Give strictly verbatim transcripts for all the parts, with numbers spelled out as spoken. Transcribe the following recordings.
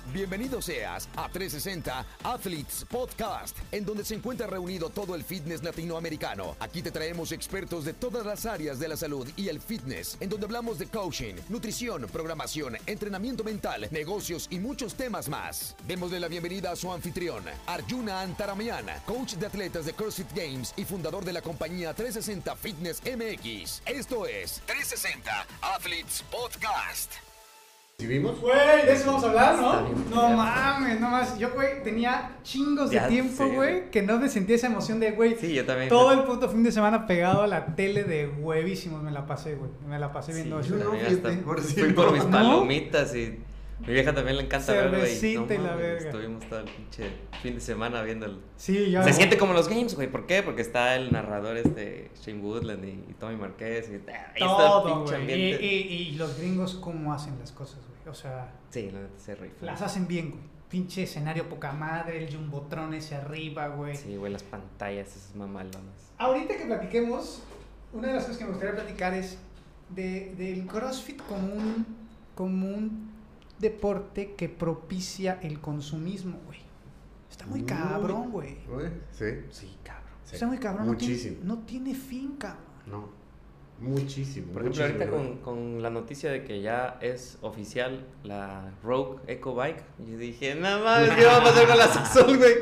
Bienvenido seas a trescientos sesenta Athletes Podcast, en donde se encuentra reunido todo el fitness latinoamericano. Aquí te traemos expertos de todas las áreas de la salud y el fitness, en donde hablamos de coaching, nutrición, programación, entrenamiento mental, negocios y muchos temas más. Démosle la bienvenida a su anfitrión, Arjuna Antaramian, coach de atletas de CrossFit Games y fundador de la compañía trescientos sesenta Fitness M X. Esto es trescientos sesenta Athletes Podcast. ¿Sí vimos? Güey, de eso vamos a hablar, ¿no? No mames, no más. Yo, güey, tenía chingos de Ya tiempo, sé, güey, que no me sentía esa emoción de, güey. Sí, yo también. Todo el puto fin de semana pegado a la tele de huevísimos me la pasé, güey. Me la pasé viendo Sí, eso. yo no, también hasta fíjate, por fui si por no. mis ¿No? palomitas y mi vieja también le encanta verlo. Cervecita y la mames, verga. Estuvimos todo el pinche fin de semana viéndolo. Sí, yo. Se siente como los games, güey. ¿Por qué? Porque está el narrador este Shane Woodland y, y Tommy Marquez y ahí está el Todo, pinche güey. Y, ambiente. y, y los gringos, ¿cómo hacen las cosas, güey? O sea, Sí, la neta se rifa. las hacen bien, güey. Pinche escenario poca madre, el jumbotron ese arriba, güey. Sí, güey, las pantallas, esas mamalonas. Ahorita que platiquemos, una de las cosas que me gustaría platicar es de, del CrossFit como un, como un deporte que propicia el consumismo, güey. Está muy Uy. cabrón, güey. Uy, Sí. Sí, cabrón. Sí. Está muy cabrón. Muchísimo. No tiene, no tiene fin, cabrón. No. Muchísimo. Por ejemplo, muchísimo, ahorita güey. con, con la noticia de que ya es oficial la Rogue Eco Bike, yo dije, nada más, ¿qué va a pasar con la Saxon, güey?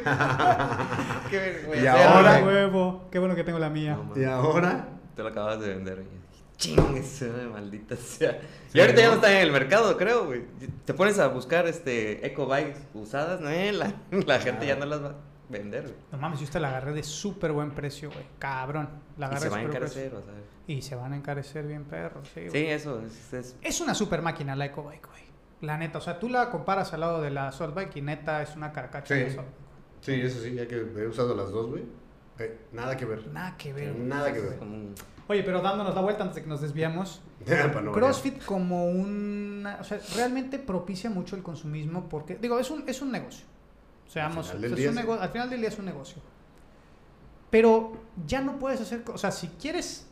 Qué vergüenza. Y Ahora, ahora- huevo. Qué bueno que tengo la mía. No, man. Y ahora, Te lo acabas de vender, güey. Chingue, maldita sea. Y ahorita ya no está en el mercado, creo, güey. Te pones a buscar este Eco Bikes usadas, no, eh, la, la gente ya no las va a vender, güey. No mames, yo esta la agarré de súper buen precio, güey. Cabrón. La Y agarré se va a de súper encarecer, precio. o sea. Y se van a encarecer bien perros, sí, güey. Sí, eso es, es Es una super máquina la EcoBike, güey. La neta, o sea, tú la comparas al lado de la Assault Bike y neta es una carcacha Sí. de Assault. sí, eso sí, ya que he usado las dos, güey. eh, nada que ver. Nada que ver. Nada que ver. como un... Oye, pero dándonos la vuelta antes de que nos desviamos, Para no CrossFit como una... O sea, realmente propicia mucho el consumismo porque... Digo, es un, es un negocio. Seamos... Al final del es día un sí. nego- al final del día es un negocio. Pero ya no puedes hacer... O sea, si quieres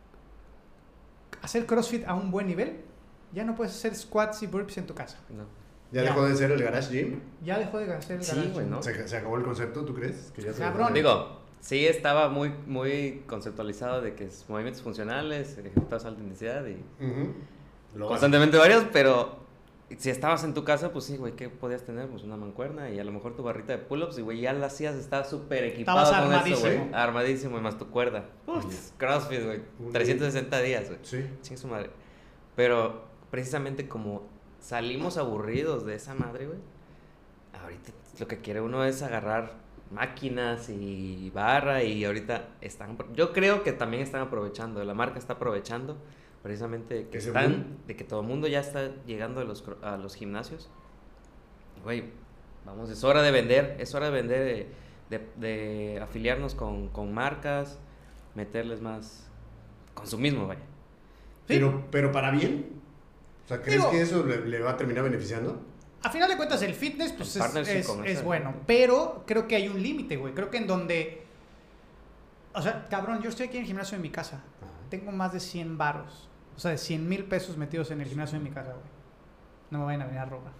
hacer CrossFit a un buen nivel, ya no puedes hacer squats y burpees en tu casa. No. ¿Ya Ya. dejó de ser el Garage Gym? Ya dejó de hacer el Sí, garage. güey, ¿no? ¿Se, se acabó el concepto, tú crees? Que ya se Cabrón. Digo, sí estaba muy, muy conceptualizado de que es movimientos funcionales, ejecutados a alta intensidad y Ujú. Lo constantemente varios, pero si estabas en tu casa, pues sí, güey, ¿qué podías tener? Pues una mancuerna y a lo mejor tu barrita de pull-ups y, güey, ya la hacías, estabas súper equipado Estabas con eso, güey. armadísimo. Armadísimo y más tu cuerda. Uf, CrossFit, güey, Un- trescientos sesenta días, güey. Sí. Chingue su madre. Pero precisamente como salimos aburridos de esa madre, güey, ahorita lo que quiere uno es agarrar máquinas y barra y ahorita están... Yo creo que también están aprovechando, la marca está aprovechando precisamente que Ese están, boom. de que todo el mundo ya está llegando a los, cro- a los gimnasios. Güey, vamos, es hora de vender, es hora de vender, de, de, de afiliarnos con, con marcas, meterles más consumismo, vaya. Pero, pero para bien. O sea, ¿crees Digo- que eso le, le va a terminar beneficiando? A final de cuentas, el fitness pues, El es, partnership es- con es esa bueno, gente. pero creo que hay un límite, güey. Creo que en donde... O sea, cabrón, yo estoy aquí en el gimnasio de mi casa. Tengo más de cien varos. O sea, de cien mil pesos metidos en el gimnasio de mi casa, güey. No me vayan a venir a robar.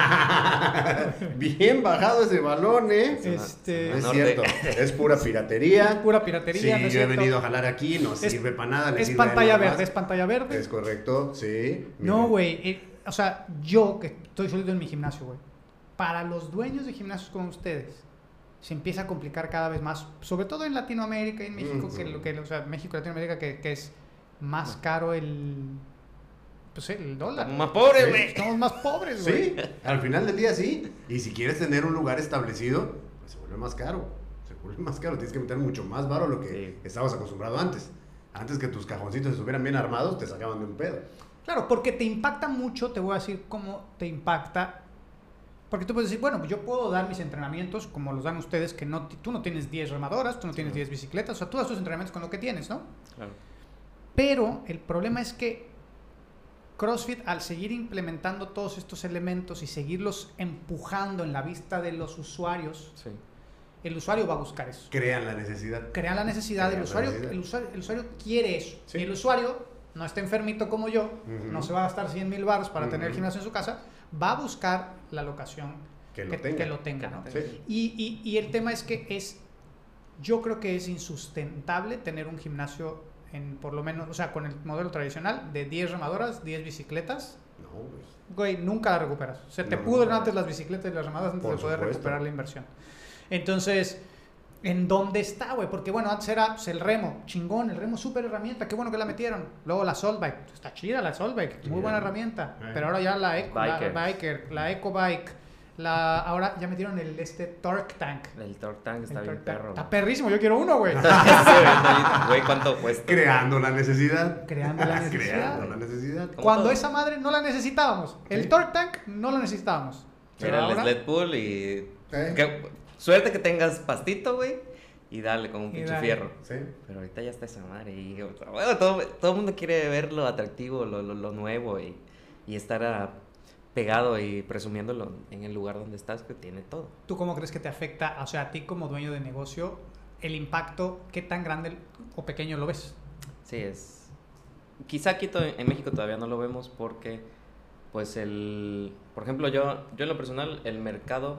Bien bajado ese balón, ¿eh? Este... No es Norte. cierto, es pura piratería. Pura piratería, Sí, no es yo he cierto. venido a jalar aquí, no Es- sirve para nada. le Es sirve a él pantalla nada verde, más. es pantalla verde. Es correcto, sí. No, Mira. güey. eh, o sea, yo que estoy solito en mi gimnasio, güey. Para los dueños de gimnasios como ustedes, se empieza a complicar cada vez más. Sobre todo en Latinoamérica y en México, Ujú. que lo que, o sea, México y Latinoamérica, que, que es más caro el. Pues el dólar. Estamos más pobres, Sí. güey. Estamos más pobres, güey. Sí, al final del día sí. Y si quieres tener un lugar establecido, pues se vuelve más caro. Se vuelve más caro. Tienes que meter mucho más varo a lo que Sí. estabas acostumbrado antes. Antes que tus cajoncitos estuvieran bien armados, te sacaban de un pedo. Claro, porque te impacta mucho, te voy a decir cómo te impacta. Porque tú puedes decir, bueno, pues yo puedo dar mis entrenamientos como los dan ustedes, que no, tú no tienes diez remadoras, tú no tienes diez bicicletas, o sea, tú das tus entrenamientos con lo que tienes, ¿no? Claro. Pero el problema es que CrossFit, al seguir implementando todos estos elementos y seguirlos empujando en la vista de los usuarios, Sí. el usuario va a buscar eso. Crean la necesidad. Crea la necesidad, Crea el la usuario, necesidad. el usuario, el usuario quiere eso. Sí. Y el usuario no está enfermito como yo, Ujú. no se va a gastar cien mil baros para tener el Ujú. gimnasio en su casa, va a buscar la locación Que lo que, tenga. que lo tenga, ¿no? Sí. Y, y, y el tema es que es, yo creo que es insustentable tener un gimnasio en, por lo menos, o sea, con el modelo tradicional de diez remadoras, diez bicicletas. No, güey. Güey, nunca la recuperas. Se te No, pudren no. antes las bicicletas y las remadas antes Por de poder supuesto. recuperar la inversión. Entonces, ¿en dónde está, güey? Porque bueno, antes era pues, el remo, chingón, el remo súper herramienta, qué bueno que la metieron. Luego la Salt Bike, está chida la Salt Bike, muy Yeah. buena herramienta. Eh. Pero ahora ya la Eco, la Biker. Biker, la Eco Bike, la, ahora ya metieron el este Torque Tank. El Torque Tank está El bien Torque Tank. perro. Está perrísimo, yo quiero uno, güey. Güey, ¿cuánto cuesta? Creando la necesidad. Creando la necesidad. Creando la necesidad. Como Cuando todo. esa madre no la necesitábamos. El Sí. Torque Tank no lo necesitábamos. Pero Era el ahora- sled pull y... ¿Eh? que- suerte que tengas pastito, güey, y dale con un Y pinche dale. fierro. Sí. Pero ahorita ya está esa madre y bueno, todo, todo el mundo quiere ver lo atractivo, lo, lo, lo nuevo y, y estar a- pegado y presumiéndolo en el lugar donde estás, que tiene todo. ¿Tú cómo crees que te afecta, o sea, a ti como dueño de negocio, el impacto, qué tan grande o pequeño lo ves? Sí, es... Quizá aquí to- en México todavía no lo vemos porque, pues el... Por ejemplo, yo, yo en lo personal, el mercado...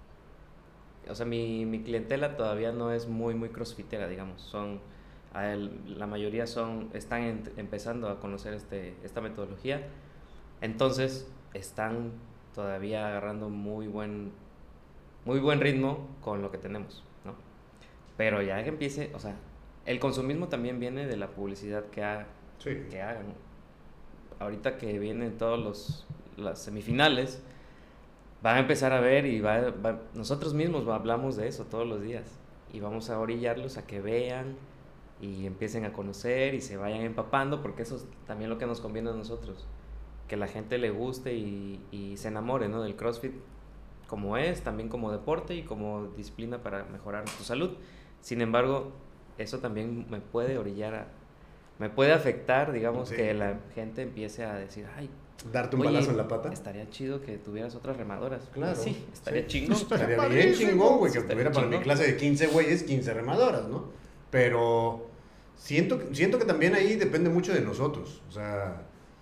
O sea, mi, mi clientela todavía no es muy, muy crossfitera, digamos. Son... a el- la mayoría son... Están en- empezando a conocer este, esta metodología. Entonces, están todavía agarrando muy buen... Muy buen ritmo con lo que tenemos, ¿no? Pero ya que empiece... O sea, el consumismo también viene de la publicidad que ha, Sí. que hagan. Ahorita que vienen todos los las semifinales, van a empezar a ver y va, va- nosotros mismos hablamos de eso todos los días y vamos a orillarlos a que vean y empiecen a conocer y se vayan empapando, porque eso es también lo que nos conviene a nosotros, que la gente le guste y, y se enamore, ¿no?, del CrossFit como es, también como deporte y como disciplina para mejorar tu salud. Sin embargo, eso también me puede orillar a me puede afectar, digamos, Sí. que la gente empiece a decir, ay, Darte un oye, balazo en la pata. estaría chido que tuvieras otras remadoras. Claro. Sí, estaría Sí. chingón. Estaría bien Padrísimo. chingón, güey, que Estaría tuviera para mi chingón. clase de quince güeyes, quince remadoras, ¿no? Pero siento, que- siento que también ahí depende mucho de nosotros. O sea,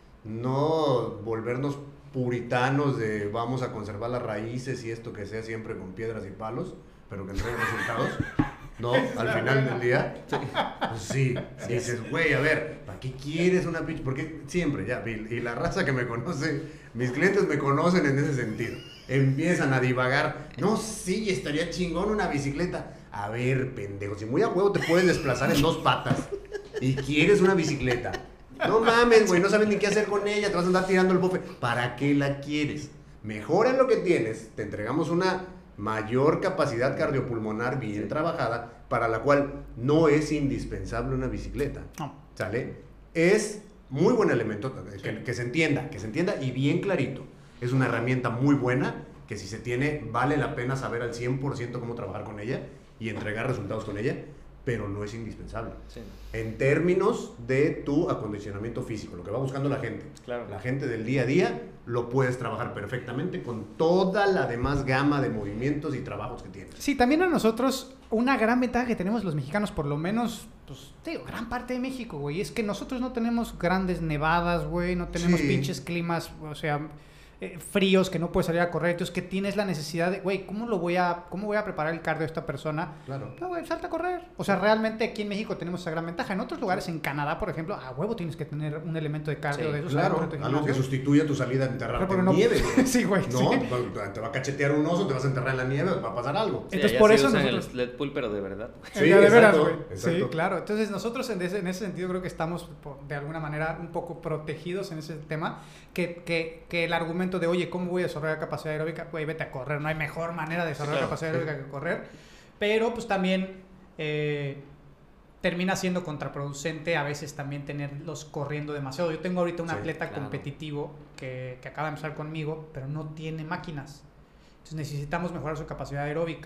no volvernos puritanos de vamos a conservar las raíces y esto que sea siempre con piedras y palos, pero que entreguen resultados. No, al final del día, pues sí, dices, güey, a ver, ¿para qué quieres una pinche? Porque siempre, ya, y, y la raza que me conoce, mis clientes me conocen en ese sentido. Empiezan a divagar, no, sí, estaría chingón una bicicleta. A ver, pendejo, si muy a huevo te puedes desplazar en dos patas y quieres una bicicleta. No mames, güey, no sabes ni qué hacer con ella, te vas a andar tirando el bofe. ¿Para qué la quieres? Mejora en lo que tienes, te entregamos una mayor capacidad cardiopulmonar bien trabajada, para la cual no es indispensable una bicicleta. No. ¿Sale? Es muy buen elemento, que, que se entienda, que se entienda y bien clarito. Es una herramienta muy buena, que si se tiene, vale la pena saber al cien por ciento cómo trabajar con ella y entregar resultados con ella, pero no es indispensable. Sí, En términos de tu acondicionamiento físico, lo que va buscando la gente. claro. La gente del día a día lo puedes trabajar perfectamente con toda la demás gama de movimientos y trabajos que tienes. Sí, también a nosotros una gran ventaja que tenemos los mexicanos, por lo menos, pues, te digo, gran parte de México, güey, es que nosotros no tenemos grandes nevadas, güey, no tenemos Sí. pinches climas, o sea, eh, fríos que no puedes salir a correr, entonces que tienes la necesidad de, güey, ¿cómo lo voy a, cómo voy a preparar el cardio de esta persona? Claro. No, güey, salta a correr. O sea, realmente aquí en México tenemos esa gran ventaja. En otros lugares, en Canadá, por ejemplo, a huevo tienes que tener un elemento de cardio Sí, de esos. Claro, adentro de tu algo que gimnasio. sustituya tu salida a enterrarte Pero en no- nieve. güey. Sí, güey, No, sí. te va a cachetear un oso, te vas a enterrar en la nieve, va a pasar algo. Sí, Entonces, allá por sí eso usan nosotros- el sled pull, pero de verdad. Sí, El día de veras, exacto, güey. exacto. Sí, claro. Entonces nosotros en ese, en ese sentido creo que estamos por- de alguna manera un poco protegidos en ese tema, que, que, que el argumento de, oye, ¿cómo voy a desarrollar capacidad aeróbica? Güey, vete a correr, no hay mejor manera de desarrollar claro, capacidad sí. aeróbica que correr. Pero pues también eh, termina siendo contraproducente a veces también tenerlos corriendo demasiado. Yo tengo ahorita un Sí, atleta claro. competitivo que, que acaba de empezar conmigo, pero no tiene máquinas. Entonces necesitamos mejorar su capacidad aeróbica.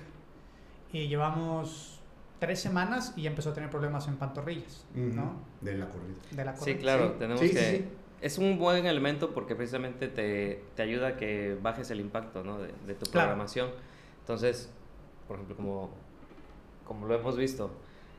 Y llevamos tres semanas y ya empezó a tener problemas en pantorrillas, ¿no? Ujú, de la corrida. De la Sí, correcta. claro, Sí. tenemos Sí, sí, que... sí. Es un buen elemento porque precisamente te, te ayuda a que bajes el impacto, ¿no?, de, de tu Claro. programación. Entonces, por ejemplo, como, como lo hemos visto,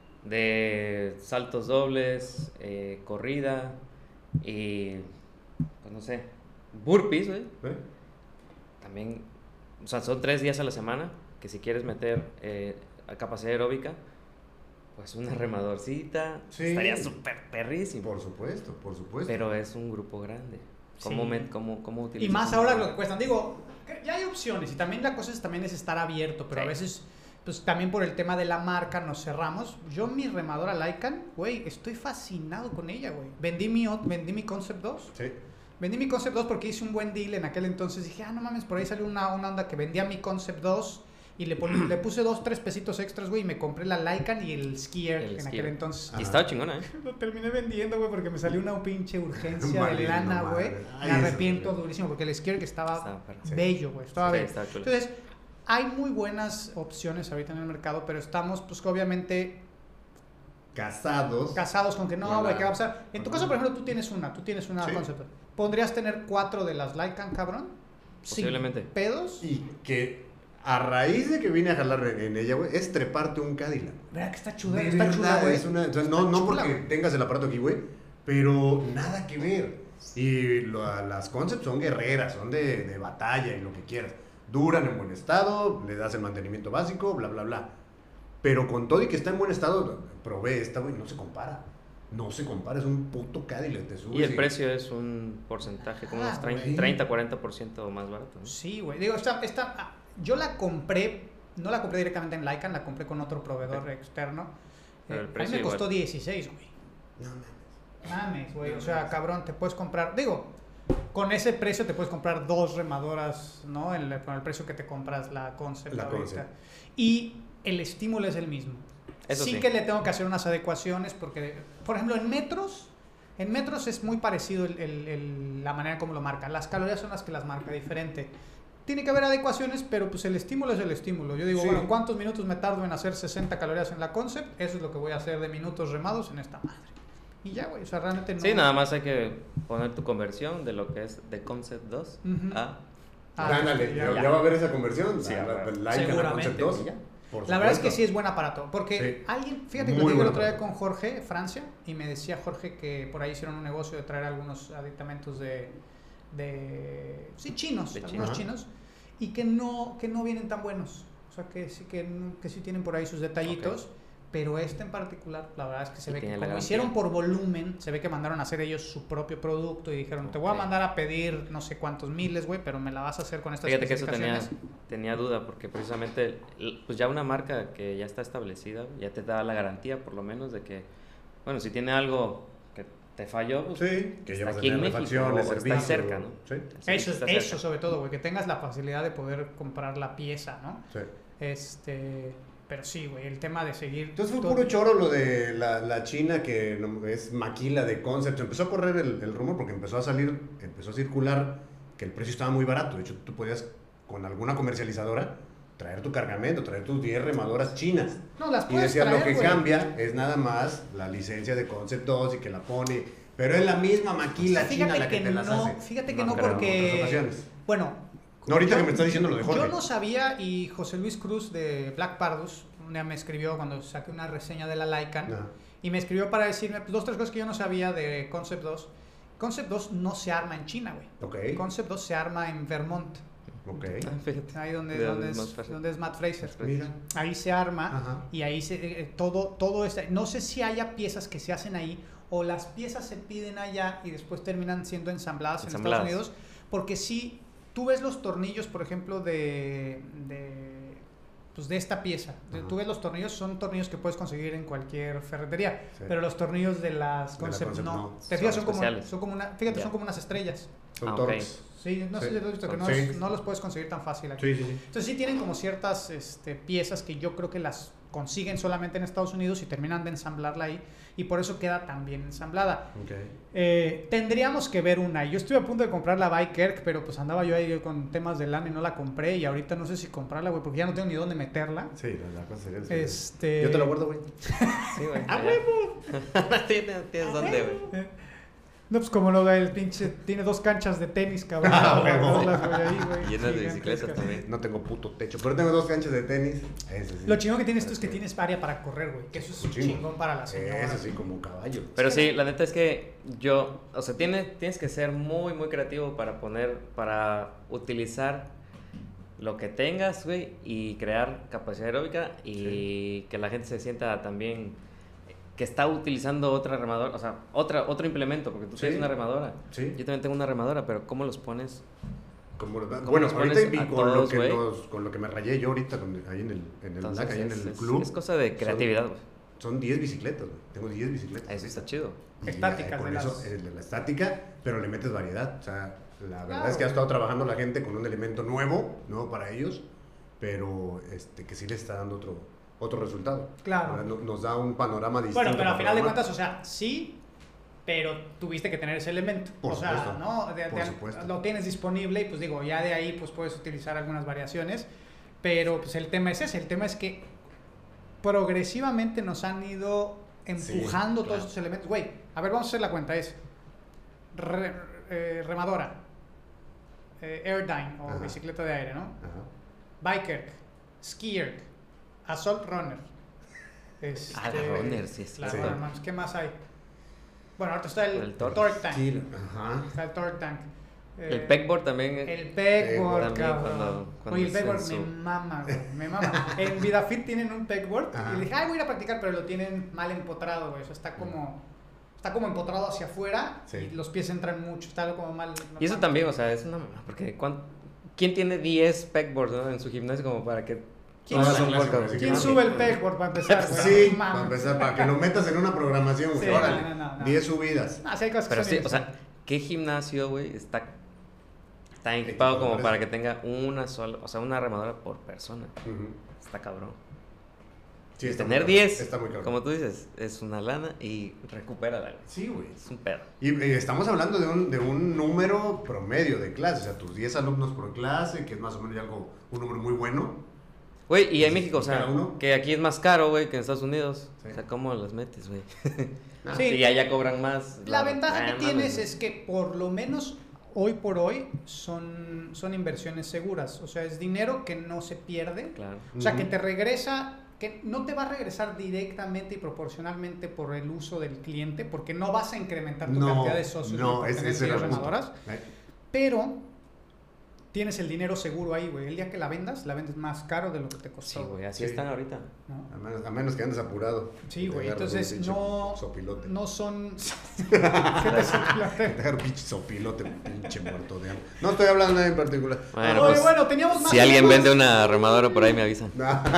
de saltos dobles, eh, corrida y, pues no sé, burpees, güey. ¿Eh? también, o sea, son tres días a la semana, que si quieres meter eh, a capacidad aeróbica, pues una remadorcita, Sí. estaría súper perrísimo. Por supuesto, por supuesto. Pero es un grupo grande. ¿Cómo, Sí. me, cómo, cómo Y utilizas más un- ahora lo que cuestan. Digo, que ya hay opciones y también la cosa es, también es estar abierto, pero Sí. a veces, pues también por el tema de la marca nos cerramos. Yo mi remadora Lycan, güey, estoy fascinado con ella, güey. Vendí mi, ot- vendí mi Concept dos. Sí. Vendí mi Concept dos porque hice un buen deal en aquel entonces. Dije, ah, no mames, por ahí salió una, una onda que vendía mi Concept dos y le, pon- le puse dos, tres pesitos extras, güey, y me compré la Lycan y el Skier El en Skier. aquel entonces. Y estaba chingona, ¿eh? Lo terminé vendiendo, güey, porque me salió una pinche urgencia de Valiendo lana, güey. madre. Ay, Me eso arrepiento es durísimo porque el Skier que estaba Estaba perro. Sí. bello, güey. Estaba Sí, bello. estaba chulo. Entonces, hay muy buenas opciones ahorita en el mercado, pero estamos, pues, que obviamente Casados. casados con que no, Con güey, la- ¿qué va a pasar? En tu Ajá. caso, por ejemplo, tú tienes una, tú tienes una Sí. Concept. ¿Podrías tener cuatro de las Lycan, cabrón? Sin Posiblemente. pedos. Y que a raíz de que vine a jalar en, en ella, güey, es treparte un Cadillac. ¿Verdad que está chula? De Está verdad, chula, güey. es una, o sea, no, Está no chula, porque güey. tengas el aparato aquí, güey, pero nada que ver. Y lo- las Concept son guerreras, son de, de batalla y lo que quieras. Duran en buen estado, le das el mantenimiento básico, bla, bla, bla. Pero con todo y que está en buen estado, probé esta, güey, no se compara. No se compara, es un puto Cadillac, te subes Y el precio es un porcentaje, como Ah, unos güey. treinta, cuarenta por ciento más barato, ¿no? Sí, güey. Digo, esta, esta, ah, yo la compré, no la compré directamente en Lycan, la compré con otro proveedor Ok. externo. Pero Eh, el a mí precio me costó igual. dieciséis, güey. No mames. Mames, güey. O sea, cabrón, te puedes comprar. Digo, con ese precio te puedes comprar dos remadoras, ¿no? El, con el precio que te compras la Concept La ahorita. Concept. Y el estímulo es el mismo. Eso sí, sí. que le tengo que hacer unas adecuaciones porque, por ejemplo, en metros, en metros es muy parecido el- el- el- la manera como lo marca. Las calorías son las que las marca diferente. Tiene que haber adecuaciones, pero pues el estímulo es el estímulo. Yo digo, Sí. bueno, ¿cuántos minutos me tardo en hacer sesenta calorías en la Concept? Eso es lo que voy a hacer de minutos remados en esta madre. Y ya, güey, o sea, realmente no... Sí, nada más hay que poner tu conversión de lo que es de Concept dos Ujú. a... Ah, Ándale, ya, ya, ya. ya va a haber esa conversión. Sí, la, la, a ver. la Lycan, la Seguramente. Concept dos. Y ya. Por La verdad es que supuesto. sí es buen aparato, porque Sí. alguien, fíjate que Muy lo buen otro día aparato. con Jorge, Francia, y me decía Jorge que por ahí hicieron un negocio de traer algunos aditamentos de, de sí, chinos, De algunos China. chinos, y que no, que no vienen tan buenos, o sea, que sí, que, no- que sí tienen por ahí sus detallitos, Ok. pero este en particular, la verdad es que se Y ve que tiene la como garantía. hicieron por volumen, se ve que mandaron a hacer ellos su propio producto y dijeron, te voy a Ok. mandar a pedir no sé cuántos miles, güey, pero me la vas a hacer con estas Fíjate que eso tenía, especificaciones. tenía duda, porque precisamente, l- pues ya una marca que ya está establecida, ya te da la garantía por lo menos de que, bueno, si tiene algo que te falló, pues Sí, que está llevas a aquí en tener México, refacciones, o está servicio. cerca, ¿no? Sí, Sí, Eso, está es, eso cerca. sobre todo, güey, que tengas la facilidad de poder comprar la pieza, ¿no? sí. Este, pero sí, güey, el tema de seguir... Entonces fue todo- puro choro lo de la, la China que no- es maquila de Concept. Empezó a correr el, el rumor porque empezó a salir, empezó a circular que el precio estaba muy barato. De hecho, tú podías con alguna comercializadora traer tu cargamento, traer tus diez remadoras chinas. No, las Y puedes decía, traer, lo que güey. cambia es nada más la licencia de Concept dos y que la pone. Pero es la misma maquila china Fíjate la que, que te las no, hace. fíjate que No, no, pero en otras porque... ocasiones. Bueno... No, ahorita yo- que me estás diciendo lo de Jorge. Yo no sabía y José Luis Cruz de Black Pardus un día me escribió cuando saqué una reseña de la Lycan Ajá. y me escribió para decirme pues, dos, tres cosas que yo no sabía de Concept dos. Concept dos no se arma en China, güey. Ok, Concept dos se arma en Vermont. ok. Ah, fíjate. Ahí donde, De donde, donde es es, Matt Fraser. donde es Matt Fraser. Mira. Ahí se arma Ajá. y ahí se, eh, todo, todo este, no sé si haya piezas que se hacen ahí o las piezas se piden allá y después terminan siendo ensambladas, Ensambladas. en Estados Unidos, porque si tú ves los tornillos, por ejemplo, de, de, pues de esta pieza, de- Ajá. tú ves los tornillos, son tornillos que puedes conseguir en cualquier ferretería, Sí. pero los tornillos de las De la Concept Concept no. no. Te fijas, Son son como, especiales. son como una, fíjate, Ya. son como unas estrellas. Son Ah, ok. torques. Sí, no sé Sí. si lo has visto, que no, Sí. es- no los puedes conseguir tan fácil aquí. Sí, sí, sí. Entonces sí tienen como ciertas este, piezas que yo creo que las consiguen solamente en Estados Unidos y terminan de ensamblarla ahí y por eso queda tan bien ensamblada. Ok. Eh, tendríamos que ver una. Yo estuve a punto de comprar la Bike pero pues andaba yo ahí con temas de lana y no la compré y ahorita no sé si comprarla, güey, porque ya no tengo ni dónde meterla. Sí, la, la cosa sería así. Este... Yo te la guardo, güey. Sí, güey. ¡A allá. huevo! ¿Tienes, tienes dónde, güey? Eh, No, pues como lo el pinche tiene dos canchas de tenis, cabrón. Ah, para huevo. guardarlas, güey, ahí, güey, Llenas de gigantescas. bicicletas también. No tengo puto techo, pero tengo dos canchas de tenis. Ese sí. Lo chingón que tienes tú es que tienes área para correr, güey, que eso es Un chingo. chingón para la señora. Eso sí, como caballo. Pero sí, la neta es que yo, o sea, tiene, tienes que ser muy, muy creativo para poner, para utilizar lo que tengas, güey, y crear capacidad aeróbica y Sí. que la gente se sienta también que está utilizando otra remadora, o sea, otra, otro implemento, porque tú Sí. tienes una remadora. Sí. Yo también tengo una remadora, pero ¿cómo los pones? Como, ¿Cómo bueno, nos ahorita pones y a con, todos, lo que güey? nos- con lo que me rayé yo ahorita con- ahí en el, en el Entonces, Black, ahí en es, el es- club. es cosa de creatividad, güey. Son diez bicicletas, güey. Tengo diez bicicletas. Eso está chido. Y, Estáticas eh, con de eso, las- eh, de la estática, pero le metes variedad. O sea, la verdad Claro. es que ha estado trabajando la gente con un elemento nuevo, nuevo para ellos, pero este, que sí les está dando otro, otro resultado. Claro. ¿Verdad? No- Nos da un panorama distinto. Bueno, pero a final de panorama. cuentas, o sea, sí, pero tuviste que tener ese elemento. Por o sea, supuesto, ¿no? De- por de- supuesto. Lo tienes disponible y pues digo, ya de ahí pues puedes utilizar algunas variaciones, pero pues el tema es ese, el tema es que progresivamente nos han ido empujando Sí, claro. todos estos elementos. Güey, a ver, vamos a hacer la cuenta, es re- eh, remadora, eh, Airdyne o Ajá. bicicleta de aire, ¿no? Ajá. Biker, skier, assault runner. Este, Ah, la runner, sí, sí, la sí. runner, mames, ¿qué más hay? Bueno, ahorita está el, El torque. torque tank. Sí, ajá. Está el torque tank. Eh, El pegboard también. eh, El pegboard, También cabrón. cuando- cuando Oye, el se pegboard me sub- mama, güey, me mama. En VidaFit tienen un pegboard Ajá. y le dije, ay, voy a ir a practicar, pero lo tienen mal empotrado, güey. O sea, está como, está como empotrado hacia afuera Sí. y los pies entran mucho. Está como mal. Y eso también, o sea, es una mamá, porque ¿cuán- ¿quién tiene diez pegboards, ¿no? En su gimnasio como para que ¿Quién, Todas sube- son clásicas, workout? así ¿quién que- sube el pegboard para empezar, güey? Sí, No mames. para empezar, para que lo metas en una programación, güey. Sí, Órale, no, no, no. diez subidas. Ah, sí hay cosas que Pero son sí, o innecesarias. sea, ¿qué gimnasio, güey, está, está equipado Equipado como para para eso. que tenga una sola, o sea, una remadora por persona? Ujú. Está cabrón. Sí, Y está tener muy cabrón, diez, está muy cabrón. como tú dices, es una lana y recupera la Sí, güey. Es un pedo. Y eh, estamos hablando de un, de un número promedio de clases, o sea, tus diez alumnos por clase, que es más o menos ya algo, un número muy bueno. Güey, y en Sí, México, o sea, cada uno. que aquí es más caro, güey, que en Estados Unidos. Sí. O sea, ¿cómo las metes, güey? Ah, Sí. Y allá cobran más. La ventaja que Ah, tienes mames, es que por lo menos hoy por hoy son, son inversiones seguras. O sea, es dinero que no se pierde. Claro. O sea, que Ujú. te regresa, que no te va a regresar directamente y proporcionalmente por el uso del cliente, porque no vas a incrementar tu No, cantidad de socios no, ni por ese- tener ese era diez el punto. remadoras, Eh, pero tienes el dinero seguro ahí, güey. El día que la vendas, la vendes más caro de lo que te Sí, costó. güey, así Sí. están ahorita. ¿no? A menos, a menos que andes apurado. Sí, Te güey. agarras un Entonces, pinche no, Sopilote. no son... Te agarras un pinche sopilote, pinche muerto de hambre. No estoy hablando de nada en particular. Bueno, Oye, pues, bueno, teníamos más si alguien temas. vende una remadora por ahí, me avisan.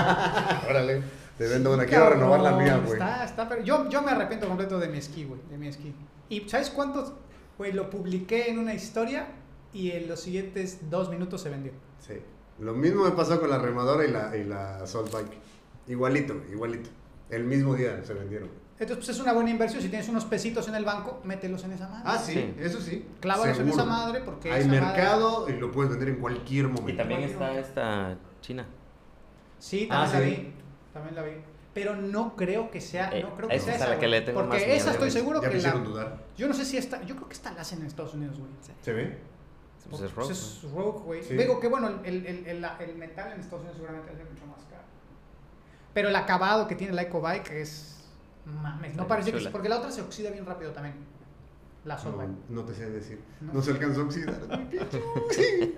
Órale, te vendo una. Quiero Cabrón, renovar la mía, güey. Está, está, pero yo, yo me arrepiento completo de mi esquí, güey, de mi esquí. ¿Y sabes cuántos? Güey, lo publiqué en una historia y en los siguientes dos minutos se vendió. Sí. Lo mismo me pasó con la remadora y la, y la Salt Bike. Igualito, igualito. El mismo día se vendieron. Entonces, pues es una buena inversión. Si tienes unos pesitos en el banco, mételos en esa madre. Ah, sí, Sí. eso sí. Clávalos en Seguro. esa madre porque Hay esa mercado y lo puedes vender en cualquier momento. Y también Imagino. está esta China. Sí, Ah, también la sí. vi. También la vi. Pero no creo que sea, Eh, no creo que esa sea es a esa, la que güey. le tengo porque más miedo, esa estoy güey. seguro Ya que me hicieron la, dudar. yo no sé si esta, yo creo que esta la hacen en Estados Unidos, güey. ¿Se ve? Pues es rock. Pues es Rogue, güey. Sí. Digo que bueno, el, el, el, el metal en Estados Unidos seguramente es mucho más caro. Pero el acabado que tiene la EcoBike es... Mames, no Está parece que... chula. Porque la otra se oxida bien rápido también. La Soul Bike. No, no te sé decir. No. No, se alcanzó a oxidar. mi pinche sí.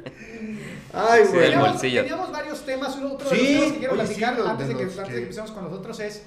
Ay, Sí, güey. el Teníamos, bolsillo. teníamos varios temas. Uno- Otro de Sí, los temas que quiero oye, platicar sí, los antes, de de que, los antes de que- que empecemos con los otros es...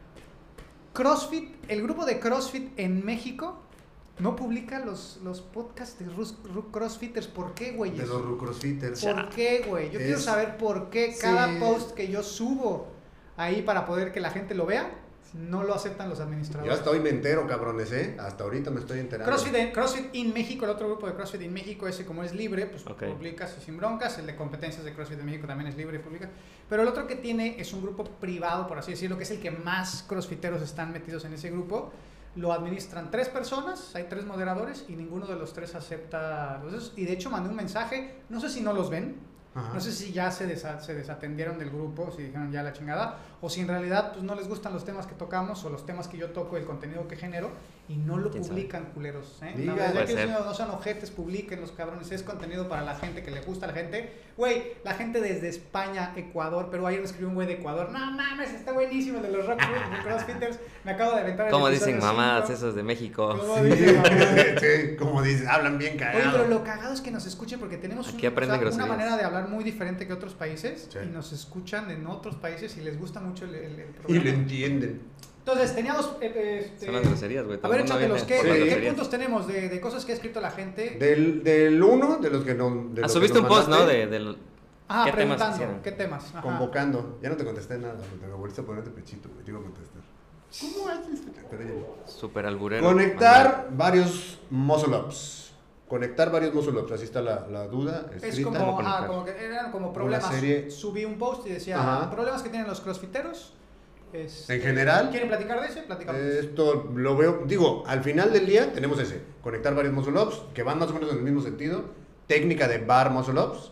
CrossFit, el grupo de CrossFit en México no publica los, los podcasts de Rus- Ru- CrossFitters. ¿Por qué, güey? De los Rucrossfitters. ¿Por qué, güey? Yo Es- quiero saber por qué Sí. cada post que yo subo ahí para poder que la gente lo vea, no lo aceptan los Yo administradores. hasta hoy me entero, cabrones, ¿eh? Hasta ahorita me estoy enterando. CrossFit, en- CrossFit in México, el otro grupo de CrossFit in México, ese como es libre, pues Ok. publicas sin broncas. El de competencias de CrossFit de México también es libre y publica. Pero el otro que tiene es un grupo privado, por así decirlo, que es el que más crossfiteros están metidos en ese grupo. Lo administran tres personas, hay tres moderadores y ninguno de los tres acepta los esos. Y de hecho mandé un mensaje, no sé si no los ven, Ajá. no sé si ya se, desa- se desatendieron del grupo, si dijeron ya la chingada, o si en realidad pues no les gustan los temas que tocamos o los temas que yo toco, el contenido que genero, y no lo ¿Quién publican, culeros. ¿eh? Diga. No, ya Puede que ser. no, no sean ojetes, publiquen los cabrones, es contenido para la gente que le gusta a la gente. Güey, la gente desde España, Ecuador, pero ayer me escribió un güey de Ecuador, no mames, está buenísimo el de los rock de CrossFitters, me acabo de aventar el ¿Cómo episodio dicen mamadas cinco. esos de México? ¿Cómo Sí, dicen mamadas? sí, como dices, hablan bien Oye, cagado. pero lo cagado es que nos escuchen porque tenemos Aquí un- aprenden una groserías. manera de hablar hablar muy diferente que otros países, sí. y nos escuchan en otros países y les gusta mucho el, el, el Y programa. lo entienden. Entonces, teníamos... Eh, este, Son las groserías, güey. a todo ver, el mundo échatelos. viene ¿Qué, por las ¿qué groserías. puntos tenemos de, de cosas que ha escrito la gente? Del, del uno, de los que no... De Ah, los subiste que un nos post, ¿no? mandaste, De, del... Ah, ¿qué temas preguntando. quisieran? ¿Qué temas? Ajá. Convocando. Ya no te contesté nada, porque me volviste a ponerte pechito, güey. Te iba a contestar. ¿Cómo haces? Pero ya. Súper alburero. Conectar varios muscle ups. Conectar varios muscle ups. Así está la, la duda Es escrita. como, ¿Cómo ajá, conectar? como que eran como problemas. serie- Subí un post y decía, Ajá. problemas que tienen los crossfiteros. Este, En general, ¿quieren platicar de ese? Platicamos. esto lo veo, digo, al final del día tenemos ese, conectar varios muscle ups, que van más o menos en el mismo sentido, técnica de bar muscle ups,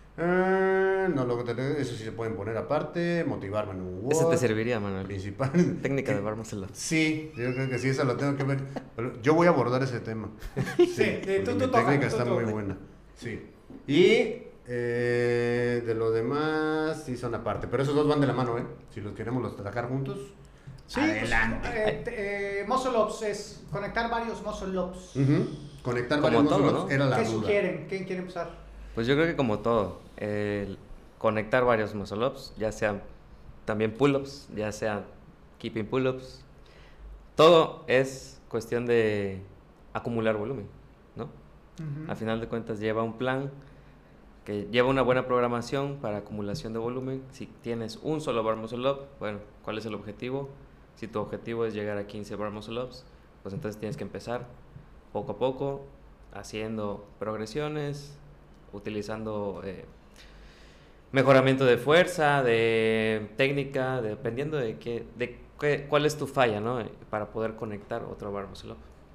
eh, no lo eso sí se pueden poner aparte, motivarme en un Ese te WOD, serviría, Manuel. principal. Técnica de bármoselo. Sí, yo creo que sí, eso lo tengo que ver. Yo voy a abordar ese tema. Sí, sí, porque tú- mi tú toca, técnica tú está toca. muy buena. Sí. Y eh, de lo demás, sí son aparte. Pero esos dos van de la mano, ¿eh? Si los queremos los atacar juntos, Sí, adelante. Pues, eh, te- eh, muscle ups es conectar varios muscle ups. Ujú. Conectar Como varios todo, muscle ¿no? ups era la ¿Qué duda. sugieren? ¿Quién quiere empezar? Pues yo creo que como todo, el conectar varios muscle ups, ya sea también pull-ups, ya sea keeping pull-ups, todo es cuestión de acumular volumen, ¿no? Ujú. Al final de cuentas lleva un plan que lleva una buena programación para acumulación de volumen. Si tienes un solo bar muscle up, bueno, ¿cuál es el objetivo? Si tu objetivo es llegar a quince bar muscle ups, pues entonces tienes que empezar poco a poco, haciendo progresiones, utilizando eh, mejoramiento de fuerza, de técnica, dependiendo de qué, de qué, cuál es tu falla, ¿no? Para poder conectar otro bar muscle up.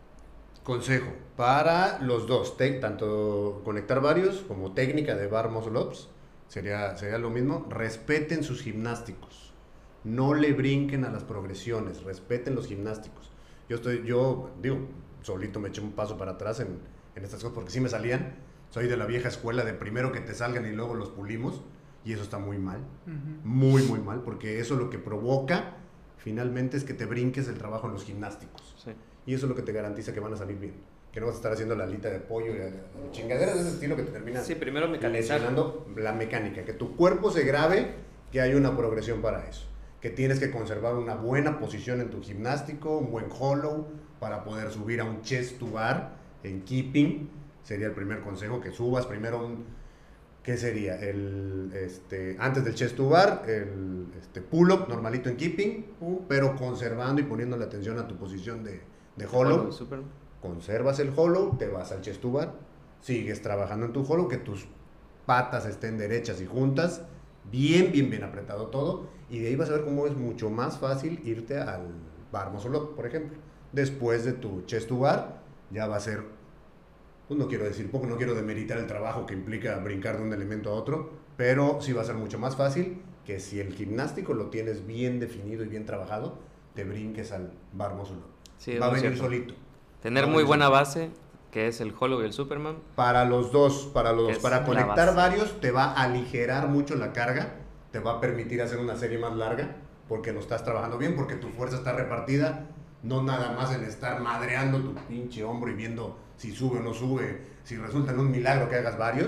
Consejo para los dos, te- tanto conectar varios como técnica de bar muscle ups, sería, sería lo mismo. Respeten sus gimnásticos, no le brinquen a las progresiones, respeten los gimnásticos. Yo estoy, yo digo, solito me eché un paso para atrás en, en estas cosas porque sí me salían. Soy de la vieja escuela de primero que te salgan y luego los pulimos, y eso está muy mal, Ujú. muy muy mal, porque eso lo que provoca finalmente es que te brinques el trabajo en los gimnásticos. Sí. Y eso es lo que te garantiza que van a salir bien. Que no vas a estar haciendo la alita de pollo y eh, chingaderas de ese estilo que te terminan Sí, primero mecanizar. lesionando la mecánica. Que tu cuerpo se grabe que hay una progresión para eso. Que tienes que conservar una buena posición en tu gimnástico, un buen hollow, para poder subir a un chest to bar en keeping. Sería el primer consejo, que subas primero un... ¿Qué sería? El, este, antes del chest to bar, el este, pull-up normalito en keeping, uh, pero conservando y poniendo la atención a tu posición de, de hollow. Super. Conservas el hollow, te vas al chest to bar, sigues trabajando en tu hollow, que tus patas estén derechas y juntas, bien, bien, bien apretado todo, y de ahí vas a ver cómo es mucho más fácil irte al bar muscle up, por ejemplo. Después de tu chest to bar, ya va a ser, pues no quiero decir poco, no quiero demeritar el trabajo que implica brincar de un elemento a otro, pero sí va a ser mucho más fácil que si el gimnástico lo tienes bien definido y bien trabajado, te brinques al bar muscle up. Sí, es Va a muy venir cierto. solito. Tener Va a muy venir buena solito. base, que es el Hollow y el Superman. Para los dos, para los dos, Es para la conectar base. varios te va a aligerar mucho la carga, te va a permitir hacer una serie más larga, porque lo estás trabajando bien, porque tu fuerza está repartida, no nada más en estar madreando tu pinche hombro y viendo si sube o no sube, si resulta en un milagro que hagas varios.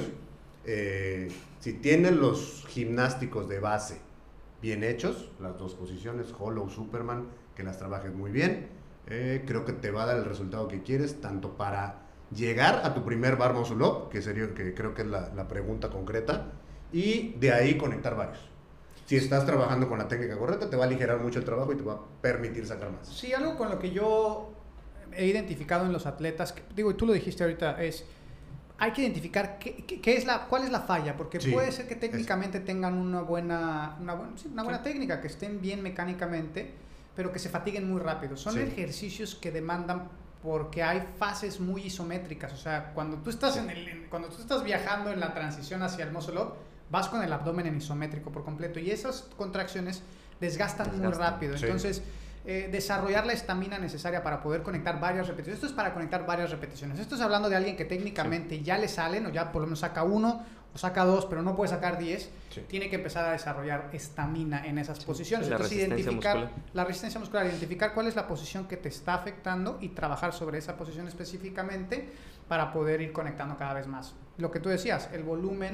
Eh, si tienes los gimnásticos de base bien hechos, las dos posiciones, Hollow, Superman, que las trabajes muy bien, eh, creo que te va a dar el resultado que quieres, tanto para llegar a tu primer bar muscle up, que, sería, que creo que es la, la pregunta concreta, y de ahí conectar varios. Si estás trabajando con la técnica correcta, te va a aligerar mucho el trabajo y te va a permitir sacar más. Sí, algo con lo que yo he identificado en los atletas, que, digo, y tú lo dijiste ahorita, es hay que identificar qué, qué, qué es la, cuál es la falla, porque Sí, puede ser que técnicamente tengan una buena, una buena, sí, una buena Sí. técnica, que estén bien mecánicamente, pero que se fatiguen muy rápido. Son Sí. ejercicios que demandan, porque hay fases muy isométricas, o sea, cuando tú estás, Sí. en el, en- cuando tú estás viajando en la transición hacia el muscle up, vas con el abdomen en isométrico por completo, y esas contracciones desgastan, muy Desgastan. rápido. Sí. Entonces, eh, desarrollar la estamina necesaria para poder conectar varias repeticiones. Esto es para conectar varias repeticiones. Esto es hablando de alguien que técnicamente ya le salen, o ya por lo menos saca uno, o saca dos, pero no puede sacar diez. Sí. Tiene que empezar a desarrollar estamina en esas posiciones. la Entonces, resistencia identificar muscular. la resistencia muscular, identificar cuál es la posición que te está afectando y trabajar sobre esa posición específicamente para poder ir conectando cada vez más. Lo que tú decías, el volumen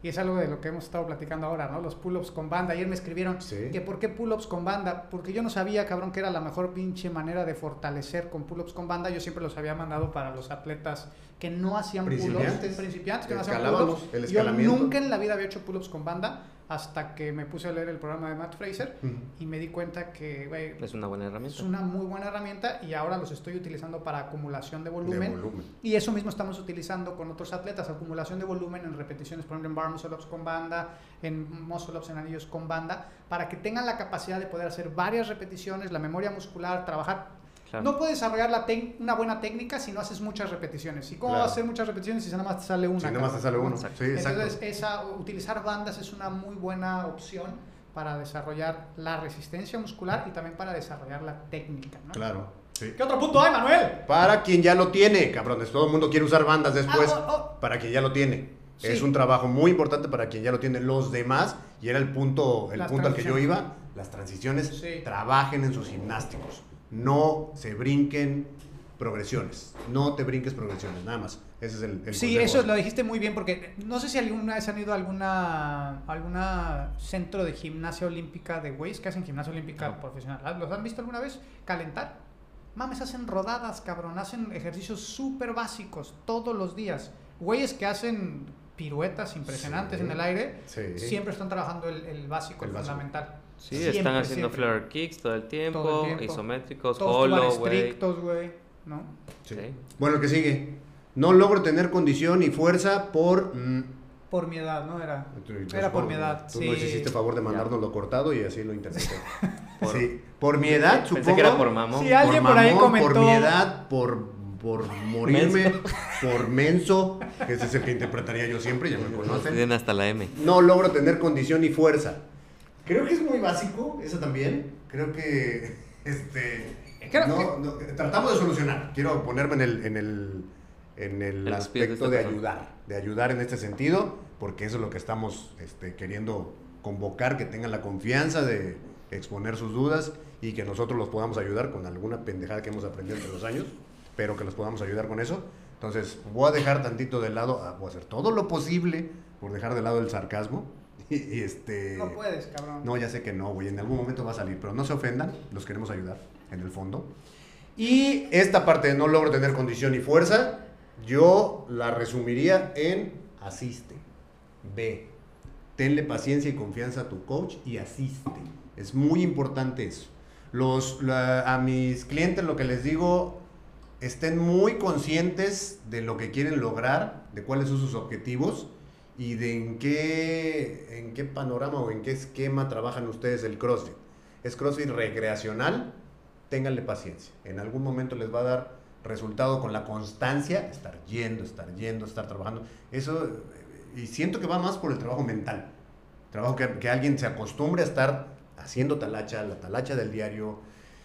Y es algo de lo que hemos estado platicando ahora, ¿no? Los pull-ups con banda. Ayer me escribieron Sí. que por qué pull-ups con banda. Porque yo no sabía, cabrón, que era la mejor pinche manera de fortalecer con pull-ups con banda. Yo siempre los había mandado para los atletas que no hacían pull-ups. Principiantes. Principiantes que no hacían Escalábamos, pull-ups. el Yo escalamiento. nunca en la vida había hecho pull-ups con banda hasta que me puse a leer el programa de Matt Fraser Ujú. y me di cuenta que, güey, Es una buena herramienta. es una muy buena herramienta y ahora los estoy utilizando para acumulación de volumen. De volumen. Y eso mismo estamos utilizando con otros atletas, acumulación de volumen en repeticiones, por ejemplo en bar muscle ups con banda, en muscle ups en anillos con banda, para que tengan la capacidad de poder hacer varias repeticiones, la memoria muscular, trabajar. Claro. No puedes desarrollar la tec- una buena técnica si no haces muchas repeticiones. ¿Y cómo Claro. vas a hacer muchas repeticiones si nada más te sale una? Si nada más te cabrón? sale uno. Exacto. Sí, exacto. Entonces, esa, utilizar bandas es una muy buena opción para desarrollar la resistencia muscular y también para desarrollar la técnica, ¿no? Claro. Sí. ¿Qué otro punto hay, Manuel? Para quien ya lo tiene, cabrones. Todo el mundo quiere usar bandas después. Ah, oh, oh. Para quien ya lo tiene. Sí. Es un trabajo muy importante para quien ya lo tiene. Los demás, y era el punto, el Las punto al que yo transiciones. iba, las transiciones, Sí. trabajen en sus gimnásticos. No se brinquen progresiones. No te brinques progresiones, nada más. Ese es el, el Sí, consejo. eso lo dijiste muy bien porque no sé si alguna vez han ido a alguna, alguna centro de gimnasia olímpica de güeyes que hacen gimnasia olímpica No. profesional. ¿Los han visto alguna vez calentar? Mames, hacen rodadas, cabrón. Hacen ejercicios súper básicos todos los días. Güeyes que hacen piruetas impresionantes Sí. en el aire, Sí. siempre están trabajando el, el básico, el, El básico. fundamental. Sí, Siempre, están haciendo siempre. flare kicks todo el tiempo, Todo el tiempo. isométricos, Todos holo, van güey. estrictos, güey, ¿no? Sí. Sí. Bueno, el que sigue. No logro tener condición y fuerza por... mm, Por mi edad, ¿no? Era, tú- era por supongo, mi edad. Tú sí. nos hiciste favor de mandárnoslo cortado y así lo interpreté. Por- Sí. Por mi edad, supongo. Pensé que era por mamón. Sí, alguien por ahí mamón, comentó- Por mi edad, por, por morirme, Menso. por menso, que ese es el que interpretaría yo siempre, ya me Nos conocen. piden hasta la M. No logro tener condición y fuerza. Creo que es muy básico, eso también. Creo que, este, Creo no, que- no, tratamos de solucionar. Quiero ponerme en el, en el, en el En los pies de aspecto esta de persona. ayudar, de ayudar en este sentido, porque eso es lo que estamos este, queriendo convocar, que tengan la confianza de exponer sus dudas y que nosotros los podamos ayudar con alguna pendejada que hemos aprendido entre los años, pero que los podamos ayudar con eso. Entonces, voy a dejar tantito de lado, ah, voy a hacer todo lo posible por dejar de lado el sarcasmo. Y, y este... No puedes, cabrón. No, ya sé que no, güey, en algún momento va a salir, pero no se ofendan, los queremos ayudar, en el fondo. Y esta parte de no logro tener condición y fuerza, yo la resumiría en asiste, ve, tenle paciencia y confianza a tu coach y asiste. Es muy importante eso. Los, la- a mis clientes lo que les digo, estén muy conscientes de lo que quieren lograr, de cuáles son sus objetivos y de en qué, en qué panorama o en qué esquema trabajan ustedes el CrossFit. ¿Es CrossFit recreacional? Ténganle paciencia. En algún momento les va a dar resultado con la constancia, estar yendo, estar yendo, estar trabajando. Eso, eh, y siento que va más por el trabajo mental. Trabajo que, que alguien se acostumbre a estar haciendo talacha, la talacha del diario.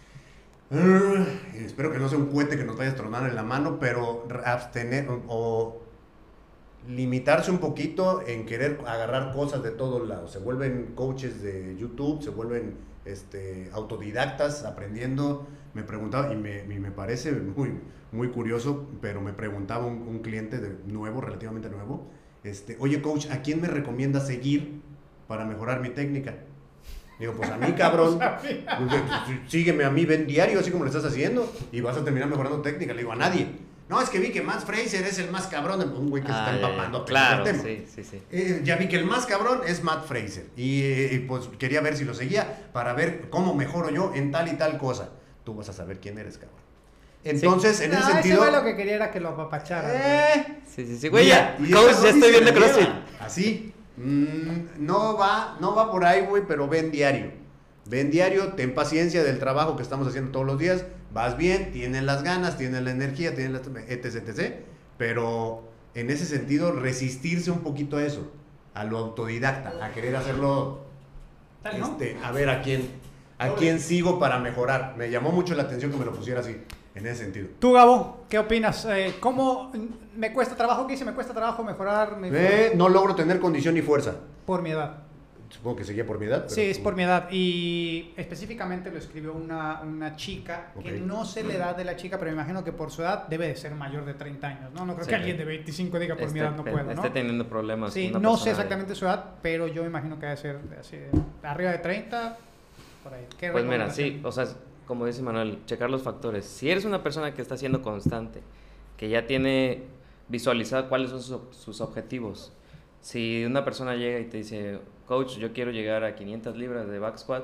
Uh, y espero que no sea un cohete que nos vaya a tronar en la mano, pero abstener o, o limitarse un poquito en querer agarrar cosas de todos lados. Se vuelven coaches de YouTube, se vuelven este, autodidactas aprendiendo. Me preguntaba, y me, y me parece muy, muy curioso, pero me preguntaba un, un cliente de nuevo, relativamente nuevo, este, oye coach, ¿a quién me recomienda seguir para mejorar mi técnica? Digo, pues a mí, cabrón. Sígueme a mí, ven diario, así como lo estás haciendo, y vas a terminar mejorando técnica. Le digo, a nadie. No, es que vi que Matt Fraser es el más cabrón. Un güey que se Ah, está ya, ya. empapando. apenas Claro, del tema. sí, sí, sí. Eh, ya vi que el más cabrón es Matt Fraser. Y, eh, y, pues quería ver si lo seguía para ver cómo mejoro yo en tal y tal cosa. Tú vas a saber quién eres, cabrón. Entonces, en No, ese sentido. güey lo que quería era que lo apapacharan. güey. Eh, Sí, sí, sí. Güey, mira, ya, y coach, esta ya estoy dosis viendo se la CrossFit. lleva. Así. Mm, no va, no va por ahí, güey, pero ven diario. Ven diario, ten paciencia del trabajo que estamos haciendo todos los días. Vas bien, tienes las ganas, tienes la energía, tienes la etc, etc. Pero en ese sentido, resistirse un poquito a eso, a lo autodidacta, a querer hacerlo. Tal, ¿no? Este, a ver a quién, a quién sigo para mejorar. Me llamó mucho la atención que me lo pusiera así, en ese sentido. Tú, Gabo, ¿qué opinas? Eh, ¿Cómo me cuesta trabajo? ¿Qué dice? Me cuesta trabajo mejorar, mejor Eh, no logro tener condición y fuerza. por mi edad. supongo que seguía por mi edad. Pero sí, es como- por mi edad. Y específicamente lo escribió una, una chica, Ok. que no sé la edad de la chica, pero me imagino que por su edad debe de ser mayor de treinta años, ¿no? No creo Sí. que alguien de veinticinco diga por mi edad no Esté- puedo, ¿no? esté teniendo problemas. Sí, una no persona sé de- exactamente su edad, pero yo me imagino que debe ser de así, de arriba de treinta, por ahí. ¿Qué Pues mira, recomendación? sí, o sea, como dice Manuel, checar los factores. Si eres una persona que está siendo constante, que ya tiene visualizado cuáles son sus, sus objetivos. Si una persona llega y te dice, coach, yo quiero llegar a quinientas libras de back squat,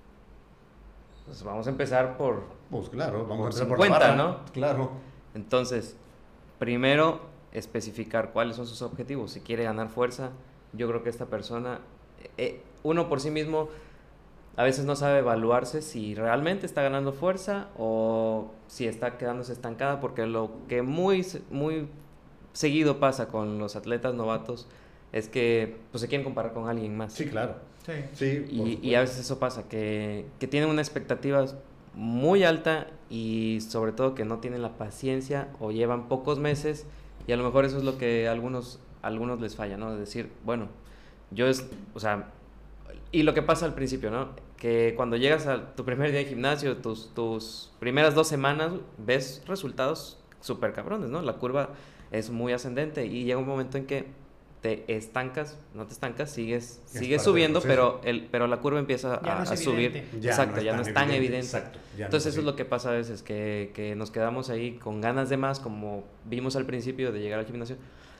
pues vamos a empezar por... Pues claro, vamos a Por empezar por cincuenta, la barra. ¿no? Claro. Entonces, primero especificar cuáles son sus objetivos. Si quiere ganar fuerza, yo creo que esta persona, eh, uno por sí mismo, a veces no sabe evaluarse si realmente está ganando fuerza o si está quedándose estancada, porque lo que muy, muy seguido pasa con los atletas novatos es que pues, se quieren comparar con alguien más. Sí, claro. Sí. Sí, por Y, y supuesto. a veces eso pasa, que, que tienen una expectativa muy alta y sobre todo que no tienen la paciencia o llevan pocos meses y a lo mejor eso es lo que a algunos, a algunos les falla, ¿no? De decir, bueno, yo es, o sea, y lo que pasa al principio, ¿no? Que cuando llegas a tu primer día de gimnasio, tus, tus primeras dos semanas, ves resultados súper cabrones, ¿no? La curva es muy ascendente y llega un momento en que te estancas, no te estancas, sigues, Es sigues parte del subiendo, proceso. pero, el, pero la curva empieza Ya a, no es a subir. evidente. Ya Exacto, ya no es tan evidente. Exacto. ya no Entonces eso es así. lo que pasa a veces, que, que nos quedamos ahí con ganas de más, como vimos al principio de llegar al gimnasio.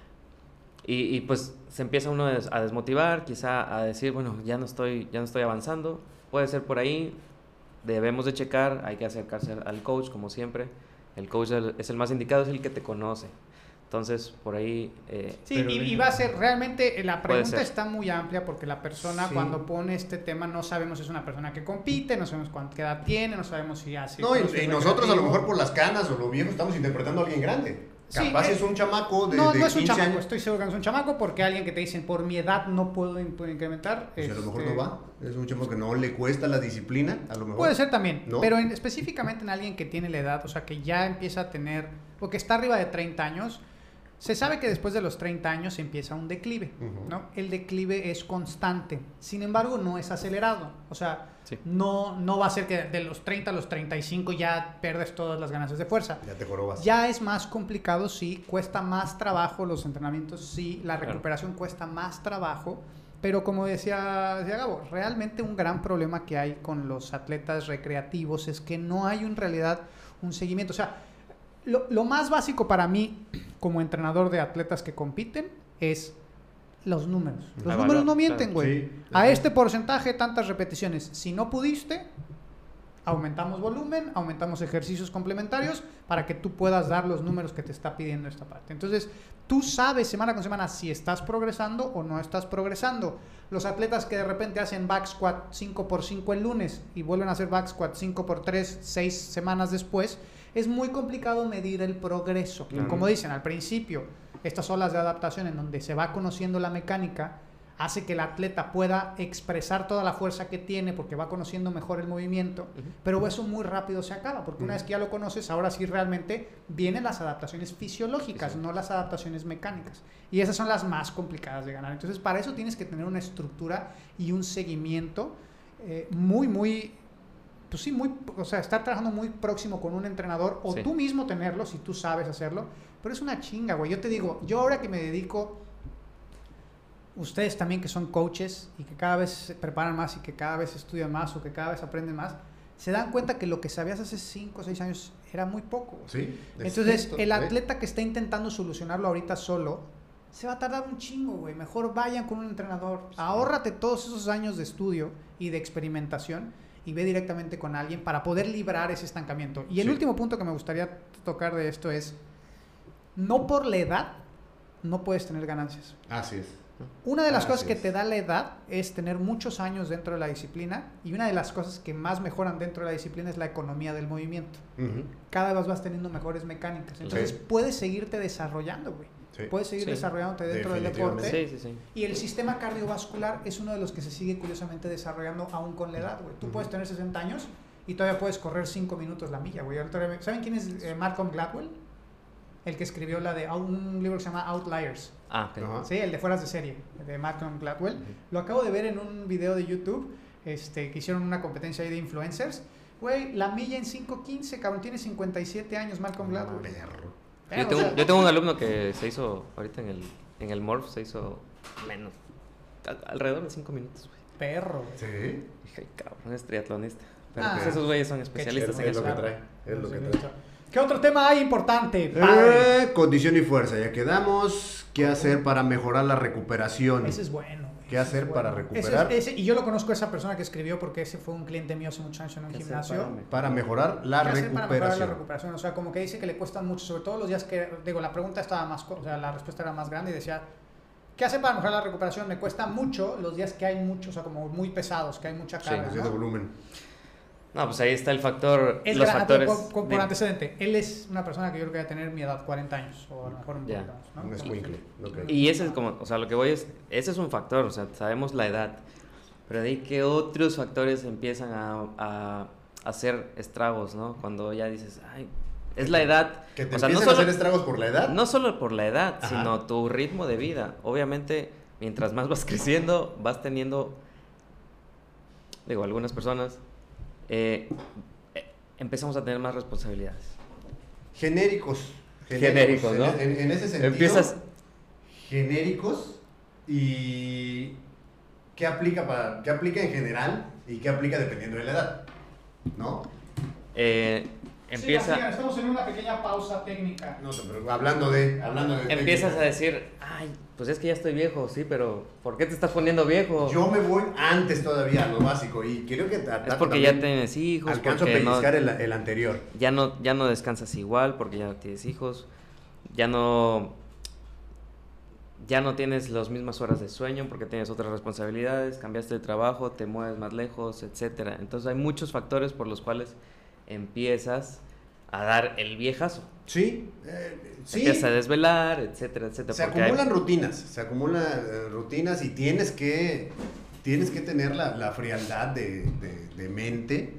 Y, y pues se empieza uno des- a desmotivar, quizá a decir, bueno, ya no estoy, ya no estoy avanzando. Puede ser por ahí, debemos de checar, hay que acercarse al- al coach como siempre. El coach el- es el más indicado, es el que te conoce. Entonces, por ahí... eh, Sí, Pero y, de- y va a ser, realmente eh, la Puede pregunta ser. está muy amplia porque la persona Sí. cuando pone este tema no sabemos si es una persona que compite, no sabemos cuánta edad tiene, no sabemos si hace... No, y, crossfit y nosotros a lo recreativo. mejor por las canas o lo viejo estamos interpretando a alguien grande. Sí, Capaz eh, es un chamaco de, No, de no es un quince chamaco, años. estoy seguro que no es un chamaco porque alguien que te dicen por mi edad no puedo, in- puedo incrementar. Pues a lo mejor este, no va. Es un chamaco que no le cuesta la disciplina, a lo mejor. Puede ser también, ¿No? pero en- específicamente en alguien que tiene la edad, o sea, que ya empieza a tener, o que está arriba de treinta años, se sabe que después de los treinta años empieza un declive, Ujú. ¿no? El declive es constante, sin embargo no es acelerado, o sea, Sí. no, no va a ser que de los treinta a los treinta y cinco ya pierdes todas las ganancias de fuerza. Ya te jorobas. Ya es más complicado, sí, cuesta más trabajo los entrenamientos, sí, la Claro. recuperación cuesta más trabajo, pero como decía, decía Gabo, realmente un gran problema que hay con los atletas recreativos es que no hay en realidad un seguimiento. O sea, lo, lo más básico para mí como entrenador de atletas que compiten es los números. Los Evaluar, números no mienten, claro. güey. Sí, A ajá. este porcentaje, tantas repeticiones. Si no pudiste, aumentamos volumen, aumentamos ejercicios complementarios para que tú puedas dar los números que te está pidiendo esta parte. Entonces, tú sabes semana con semana si estás progresando o no estás progresando. Los atletas que de repente hacen back squat cinco por cinco el lunes y vuelven a hacer back squat cinco por tres seis semanas después, es muy complicado medir el progreso. Claro. Como dicen al principio, estas olas de adaptación en donde se va conociendo la mecánica hace que el atleta pueda expresar toda la fuerza que tiene porque va conociendo mejor el movimiento, Ujú. pero eso muy rápido se acaba, porque una Ujú. vez que ya lo conoces, ahora sí realmente vienen las adaptaciones fisiológicas, Sí, sí. no las adaptaciones mecánicas. Y esas son las más complicadas de ganar. Entonces, para eso tienes que tener una estructura y un seguimiento eh, muy, muy, pues sí, muy, o sea, estar trabajando muy próximo con un entrenador o Sí. tú mismo tenerlo si tú sabes hacerlo, pero es una chinga, güey. Yo te digo, yo ahora que me dedico, ustedes también que son coaches y que cada vez se preparan más y que cada vez estudian más o que cada vez aprenden más, se dan cuenta que lo que sabías hace cinco o seis años era muy poco. güey. Sí. Entonces, exacto, el ¿eh? atleta que está intentando solucionarlo ahorita solo, se va a tardar un chingo, güey. Mejor vayan con un entrenador. Ahórrate todos esos años de estudio y de experimentación y ve directamente con alguien para poder librar ese estancamiento. Y el Sí. último punto que me gustaría tocar de esto es, no por la edad no puedes tener ganancias. Así es. Una de las Así cosas que es. te da la edad es tener muchos años dentro de la disciplina y una de las cosas que más mejoran dentro de la disciplina es la economía del movimiento. Ujú. Cada vez vas teniendo mejores mecánicas. Entonces Sí. puedes seguirte desarrollando, güey. Sí. Puedes seguir Sí. desarrollándote dentro del Definitivamente. deporte. Sí, sí, sí. Y el sistema cardiovascular es uno de los que se sigue curiosamente desarrollando aún con la edad, güey. Tú Ujú. puedes tener sesenta años y todavía puedes correr cinco minutos la milla, güey. Ahorita- ¿Saben quién es eh, Malcolm Gladwell? el que escribió la de un libro que se llama Outliers. Ah, ok. Ajá. Sí, el de fueras de serie, de Malcolm Gladwell. Lo acabo de ver en un video de YouTube, este, que hicieron una competencia ahí de influencers. Güey, la milla en cinco quince, cabrón, tiene cincuenta y siete años Malcolm Gladwell. Perro. Pero, Yo tengo, o sea, yo tengo un alumno que se hizo, ahorita en el, en el Morph, se hizo menos, al- alrededor de cinco minutos, güey. Perro, güey. Sí. Dije, "Ay, cabrón, es triatlonista". Pero Ah, pues esos güeyes son especialistas chido, en es eso. lo que trae, es lo que trae. ¿Qué otro tema hay importante? Padre. Eh, condición y fuerza, ya quedamos. ¿Qué hacer para mejorar la recuperación? Ese es bueno, güey. ¿Qué Ese hacer es para bueno. recuperar? Ese es- ese- y yo lo conozco a esa persona que escribió porque ese fue un cliente mío hace muchos años en un ¿Qué hacer gimnasio. para me- Para mejorar la ¿Qué hacer para mejorar la recuperación. recuperación? O sea, como que dice que le cuestan mucho, sobre todo los días que, digo, la pregunta estaba más, co- o sea, la respuesta era más grande y decía, ¿qué hace para mejorar la recuperación? Me cuesta mucho los días que hay mucho, o sea, como muy pesados, que hay mucha Sí, carga, pues, de ¿no? volumen. No, pues ahí está el factor, Es los gran- factores. por, por- por de- antecedente, él es una persona que yo creo que va a tener mi edad, cuarenta años, o a lo mejor un Ya. poquito más, ¿no? Un escuincle. ok. Y ese es como, o sea, lo que voy es, ese es un factor, o sea, sabemos la edad, pero de ahí que otros factores empiezan a, a hacer estragos, ¿no? Cuando ya dices, ay, es la edad. Que te o sea, no empiecen a solo, hacer estragos por la edad. no solo por la edad, Ajá. sino tu ritmo de vida. Obviamente, mientras más vas creciendo, vas teniendo, digo, algunas personas, eh, eh, empezamos a tener más responsabilidades. Genéricos. Genéricos, ¿no? En, en- en ese sentido. Empiezas- Genéricos y qué aplica para qué aplica en general y qué aplica dependiendo de la edad, ¿no? Eh, empieza... Sigan, sigan, estamos en una pequeña pausa técnica. No te preocupes. Hablando de, hablando de Empiezas a técnica. decir, ay, pues es que ya estoy viejo, sí, pero ¿por qué te estás poniendo viejo? Yo me voy antes todavía a lo básico y creo que es porque ya tienes hijos, alcanzo a porque no, pellizcar el, el anterior. ya, no, ya no descansas igual, porque ya no tienes hijos, ya no, ya no tienes las mismas horas de sueño porque tienes otras responsabilidades, cambiaste de trabajo, te mueves más lejos, etcétera. Entonces hay muchos factores por los cuales empiezas a dar el viejazo. Sí, eh, sí. Empiezas a desvelar, etcétera, etcétera. Se porque hay- acumulan rutinas, se acumulan eh, rutinas y tienes que, tienes que tener la, la frialdad de, de- de mente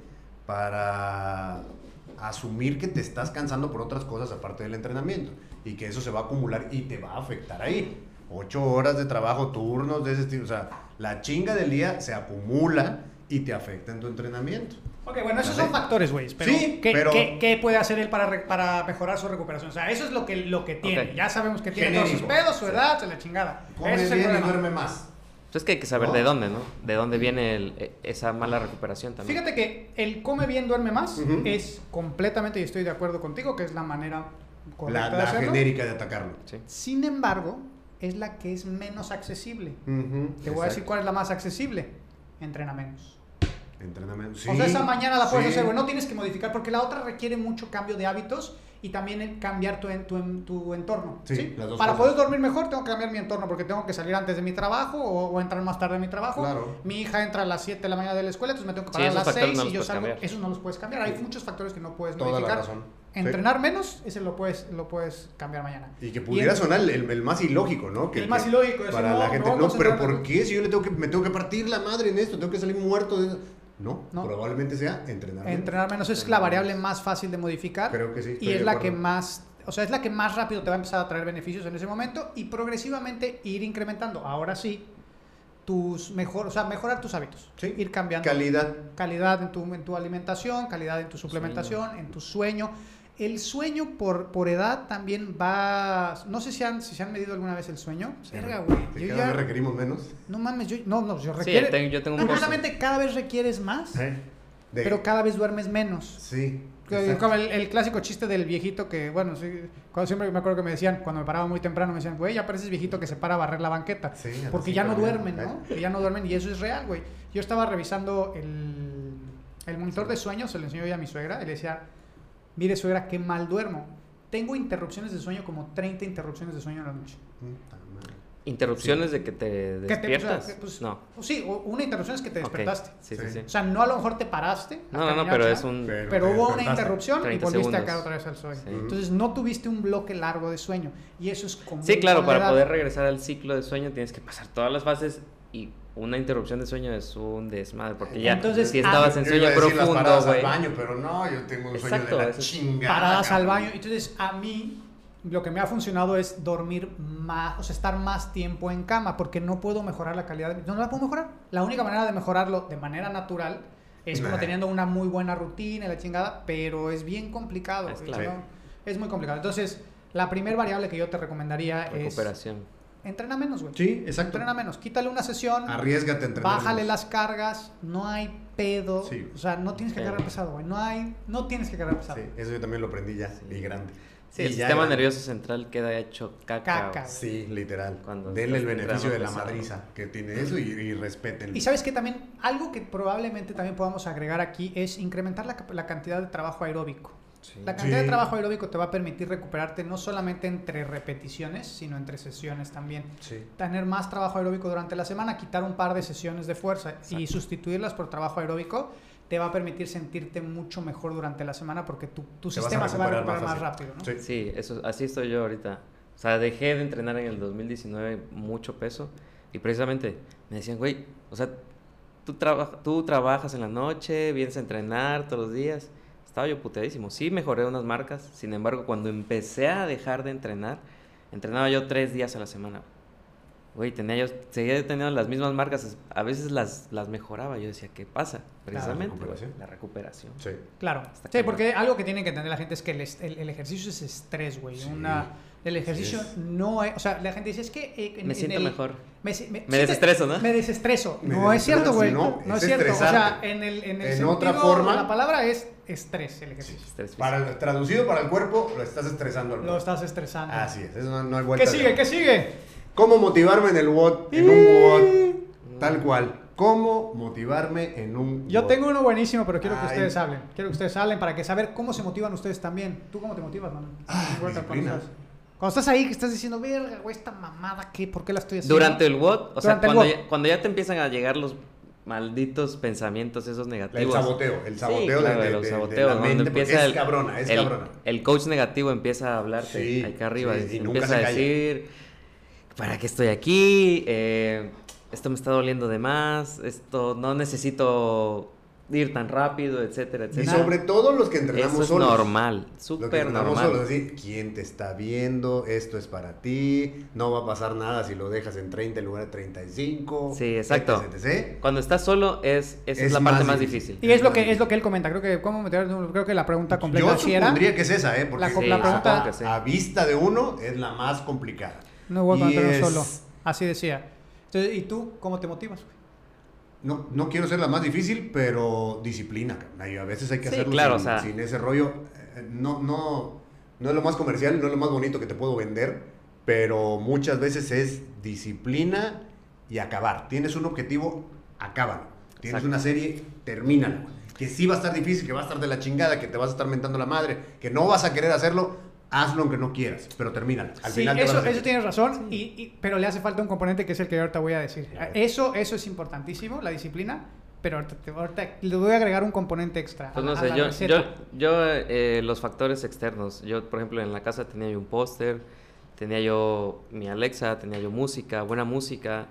para asumir que te estás cansando por otras cosas aparte del entrenamiento y que eso se va a acumular y te va a afectar ahí. Ocho horas de trabajo, turnos de ese estilo, o sea, la chinga del día se acumula y te afecta en tu entrenamiento. Ok, bueno, esos ¿Vale? son factores, güey. Pero, Sí, ¿qué, pero- qué- qué puede hacer él para, re- para mejorar su recuperación? O sea, eso es lo que, lo que tiene. Ok. Ya sabemos que tiene todos sus Genérico. pedos, su edad, se la chingada. Come Ese es el bien y problema. duerme más. Entonces que hay que saber No. de dónde, ¿no? De dónde viene el- e- esa mala recuperación también. Fíjate que el come bien, duerme más Ujú. es completamente, y estoy de acuerdo contigo, que es la manera correcta La, de la hacerlo. genérica de atacarlo. Sí. Sin embargo, es la que es menos accesible. Ujú, Te voy a decir exacto. cuál es la más accesible. Entrena menos. Entrenamiento. o sea, esa mañana la puedes sí. hacer, güey. No tienes que modificar, porque la otra requiere mucho cambio de hábitos y también el cambiar tu, en- tu, en- tu entorno. Sí, ¿sí? las dos Para cosas. poder dormir mejor, tengo que cambiar mi entorno, porque tengo que salir antes de mi trabajo o, o entrar más tarde de mi trabajo. Claro. Mi hija entra a las siete de la mañana de la escuela, entonces me tengo que Sí, parar a esos las factores seis no y los yo puedes salgo. cambiar. Esos no los puedes cambiar. Hay muchos factores que no puedes Toda la modificar. razón. Sí. Entrenar menos, ese lo puedes, lo puedes cambiar mañana. Y que pudiera el- sonar el, el más ilógico, ¿no? Que, El más que ilógico, decir, para no, la me gente, voy a no, pero concentrar ¿por en- qué si yo le tengo que, me tengo que partir la madre en esto? Tengo que salir muerto de eso. No, No. probablemente sea entrenar. menos. Entrenar menos es la variable más fácil de modificar. Creo que sí, estoy Y de es la acuerdo. que más, o sea, es la que más rápido te va a empezar a traer beneficios en ese momento y progresivamente ir incrementando. Ahora sí, tus mejor, o sea, mejorar tus hábitos. Sí. Ir cambiando. Calidad. Calidad en tu, en tu alimentación, calidad en tu suplementación, en tu sueño. El sueño por, por edad también va. No sé si han, si se han medido alguna vez el sueño. Verga, güey. Que Yo cada ya- vez requerimos menos. No mames, yo. No, no, yo Sí, requiere. tengo- yo tengo un Curiosamente, cada vez requieres más, ¿Eh? De- pero cada vez duermes menos. Sí. Que- exacto. Como el, el clásico chiste del viejito que, bueno, sí, cuando siempre me acuerdo que me decían, cuando me paraba muy temprano, me decían, güey, ya pareces viejito que se para a barrer la banqueta. Sí, Porque así ya no también. duermen, ¿no? ¿Eh? Que ya no duermen y eso es real, güey. Yo estaba revisando el, el monitor de sueño, se lo enseñó ya a mi suegra, y le decía, mire suegra, qué mal duermo. Tengo interrupciones de sueño, como treinta interrupciones de sueño en la noche. Puta madre. Interrupciones de que te Que te- despiertas. o sea, que, pues, no. Sí, o- una interrupción es que te Ok. despertaste. Sí, sí, Sí. sí. O sea, no a lo mejor te paraste. a No, no, no, caminar, pero ¿no? es un... Pero- Pero te hubo una despertaste. interrupción y treinta volviste a segundos. caer otra vez al sueño. Sí. Entonces no tuviste un bloque largo de sueño. Y eso es común. Sí, claro, con la para edad. poder regresar al ciclo de sueño tienes que pasar todas las fases y una interrupción de sueño es un desmadre, porque ya Entonces, si ah, estabas en Yo iba sueño a decir las profundo, paradas al güey. baño, pero no, yo tengo un sueño Exacto, de la eso es- chingada. Paradas al cabrón. baño. Entonces a mí lo que me ha funcionado es dormir más, o sea, estar más tiempo en cama, porque no puedo mejorar la calidad de... No, no la puedo mejorar. La única manera de mejorarlo de manera natural es como teniendo una muy buena rutina y la chingada, pero es bien complicado. Es, claro. ¿no? Es muy complicado. Entonces, la primer variable que yo te recomendaría es... Recuperación. Entrena menos, güey. Sí, exacto. Entrena menos. Quítale una sesión. Arriésgate a entrenar Bájale menos. las cargas. No hay pedo. Sí. O sea, no tienes que Sí. cargar pesado, güey. No hay... No tienes que cargar pesado. Sí, eso yo también lo aprendí ya, Sí. y grande. Sí, Y el ya sistema grande. nervioso central queda hecho caca. Caca. Sí, literal. Cuando Denle el estás beneficio de la pesado. madriza que tiene eso y, y respétenlo. Y sabes que también, algo que probablemente también podamos agregar aquí es incrementar la, la cantidad de trabajo aeróbico. Sí. La cantidad Sí. de trabajo aeróbico te va a permitir recuperarte no solamente entre repeticiones, sino entre sesiones también. Sí. Tener más trabajo aeróbico durante la semana, quitar un par de sesiones de fuerza y Exacto. sustituirlas por trabajo aeróbico, te va a permitir sentirte mucho mejor durante la semana porque tu, tu Te vas a sistema se va a recuperar recuperar más, más rápido, ¿no? Sí. Sí, eso, así estoy yo ahorita. O sea, dejé de entrenar en el dos mil diecinueve mucho peso y precisamente me decían, güey, o sea, tú, traba- tú trabajas en la noche, vienes a entrenar todos los días. Estaba yo puteadísimo. Sí mejoré unas marcas, sin embargo, cuando empecé a dejar de entrenar, entrenaba yo tres días a la semana. Güey, tenía yo, seguía teniendo las mismas marcas, a veces las, las mejoraba. Yo decía, ¿qué pasa? Precisamente, güey, recuperación. la recuperación. Sí. Claro. Está Sí, cañón. porque algo que tiene que entender la gente es que el, est- el- el ejercicio es estrés, güey. Sí. Una... El ejercicio Sí es. no es... O sea, la gente dice, es que... eh, en- Me en siento el- mejor. Me, si- me- Me sí, desestreso, ¿no? Me desestreso. Me No es cierto, desestreso, güey. no, No, es es cierto. O sea, estresarte. en el, en el En sentido, otra forma- la palabra es estrés, el ejercicio. Estrés físico. Para el- traducido para el cuerpo, lo estás estresando al Lo cuerpo. estás estresando. Así es, eso no, no hay vuelta. ¿Qué de sigue? hoja. ¿Qué sigue? ¿Cómo motivarme en el W O D? En un W O D, tal cual. ¿Cómo motivarme en un Yo W O D? tengo uno buenísimo, pero quiero que Ay. ustedes hablen. Quiero que ustedes hablen para que saber cómo se motivan ustedes también. ¿Tú cómo te motivas, mano? Ah, Cuando disciplina. estás- Cuando estás ahí, que estás diciendo, verga, güey, esta mamada, ¿qué? ¿Por qué la estoy haciendo? Durante el W O D, o sea, Durante el cuando W O D. ya, cuando ya te empiezan a llegar los malditos pensamientos esos El negativos. saboteo, el saboteo Sí, de- claro, de, los de- de saboteos, la donde mente, porque empieza es el- cabrona, es el, cabrona. el coach negativo empieza a hablarte Sí, acá arriba sí, y, y nunca empieza se a calla. decir, ¿para qué estoy aquí? Eh, esto me está doliendo de más, esto no necesito ir tan rápido, etcétera, Y etcétera. sobre todo los que entrenamos Eso es solos. normal, Lo que súper entrenamos normal. solos, es decir, ¿quién te está viendo? Esto es para ti. No va a pasar nada si lo dejas en treinta en lugar de treinta y cinco. Sí, exacto. etc, etcétera. Cuando estás solo, es, esa es, Es la parte más más difícil. difícil. Y es lo que es lo que él comenta. Creo que cómo meter, creo que la pregunta completa Yo sí era. supondría que es esa, ¿eh? Porque La, Sí, la pregunta supongo que sí. a vista de uno es la más complicada. no voy a Y contar es- solo. Así decía. Entonces, ¿y tú cómo te motivas? güey? No, no quiero ser la más difícil, pero disciplina. cabrón. Y a veces hay que Sí, hacerlo claro, sin, o sea. sin ese rollo. Eh, No, no, no es lo más comercial, no es lo más bonito que te puedo vender, pero muchas veces es disciplina y acabar. Tienes un objetivo, acábalo. Tienes Exacto. una serie, termínalo. Que sí va a estar difícil, que va a estar de la chingada, que te vas a estar mentando la madre, que no vas a querer hacerlo, hazlo aunque no quieras, pero termínalo. Al Sí, final te eso, vas a eso sentir- tienes razón, y, y- pero le hace falta un componente que es el que ahorita voy a decir. Ya. Eso, eso es importantísimo, la disciplina, pero ahorita, te- ahorita le voy a agregar un componente extra. Pues a no la- a sé, la yo, receta. yo, yo eh, los factores externos, yo por ejemplo en la casa tenía yo un póster, tenía yo mi Alexa, tenía yo música, buena música,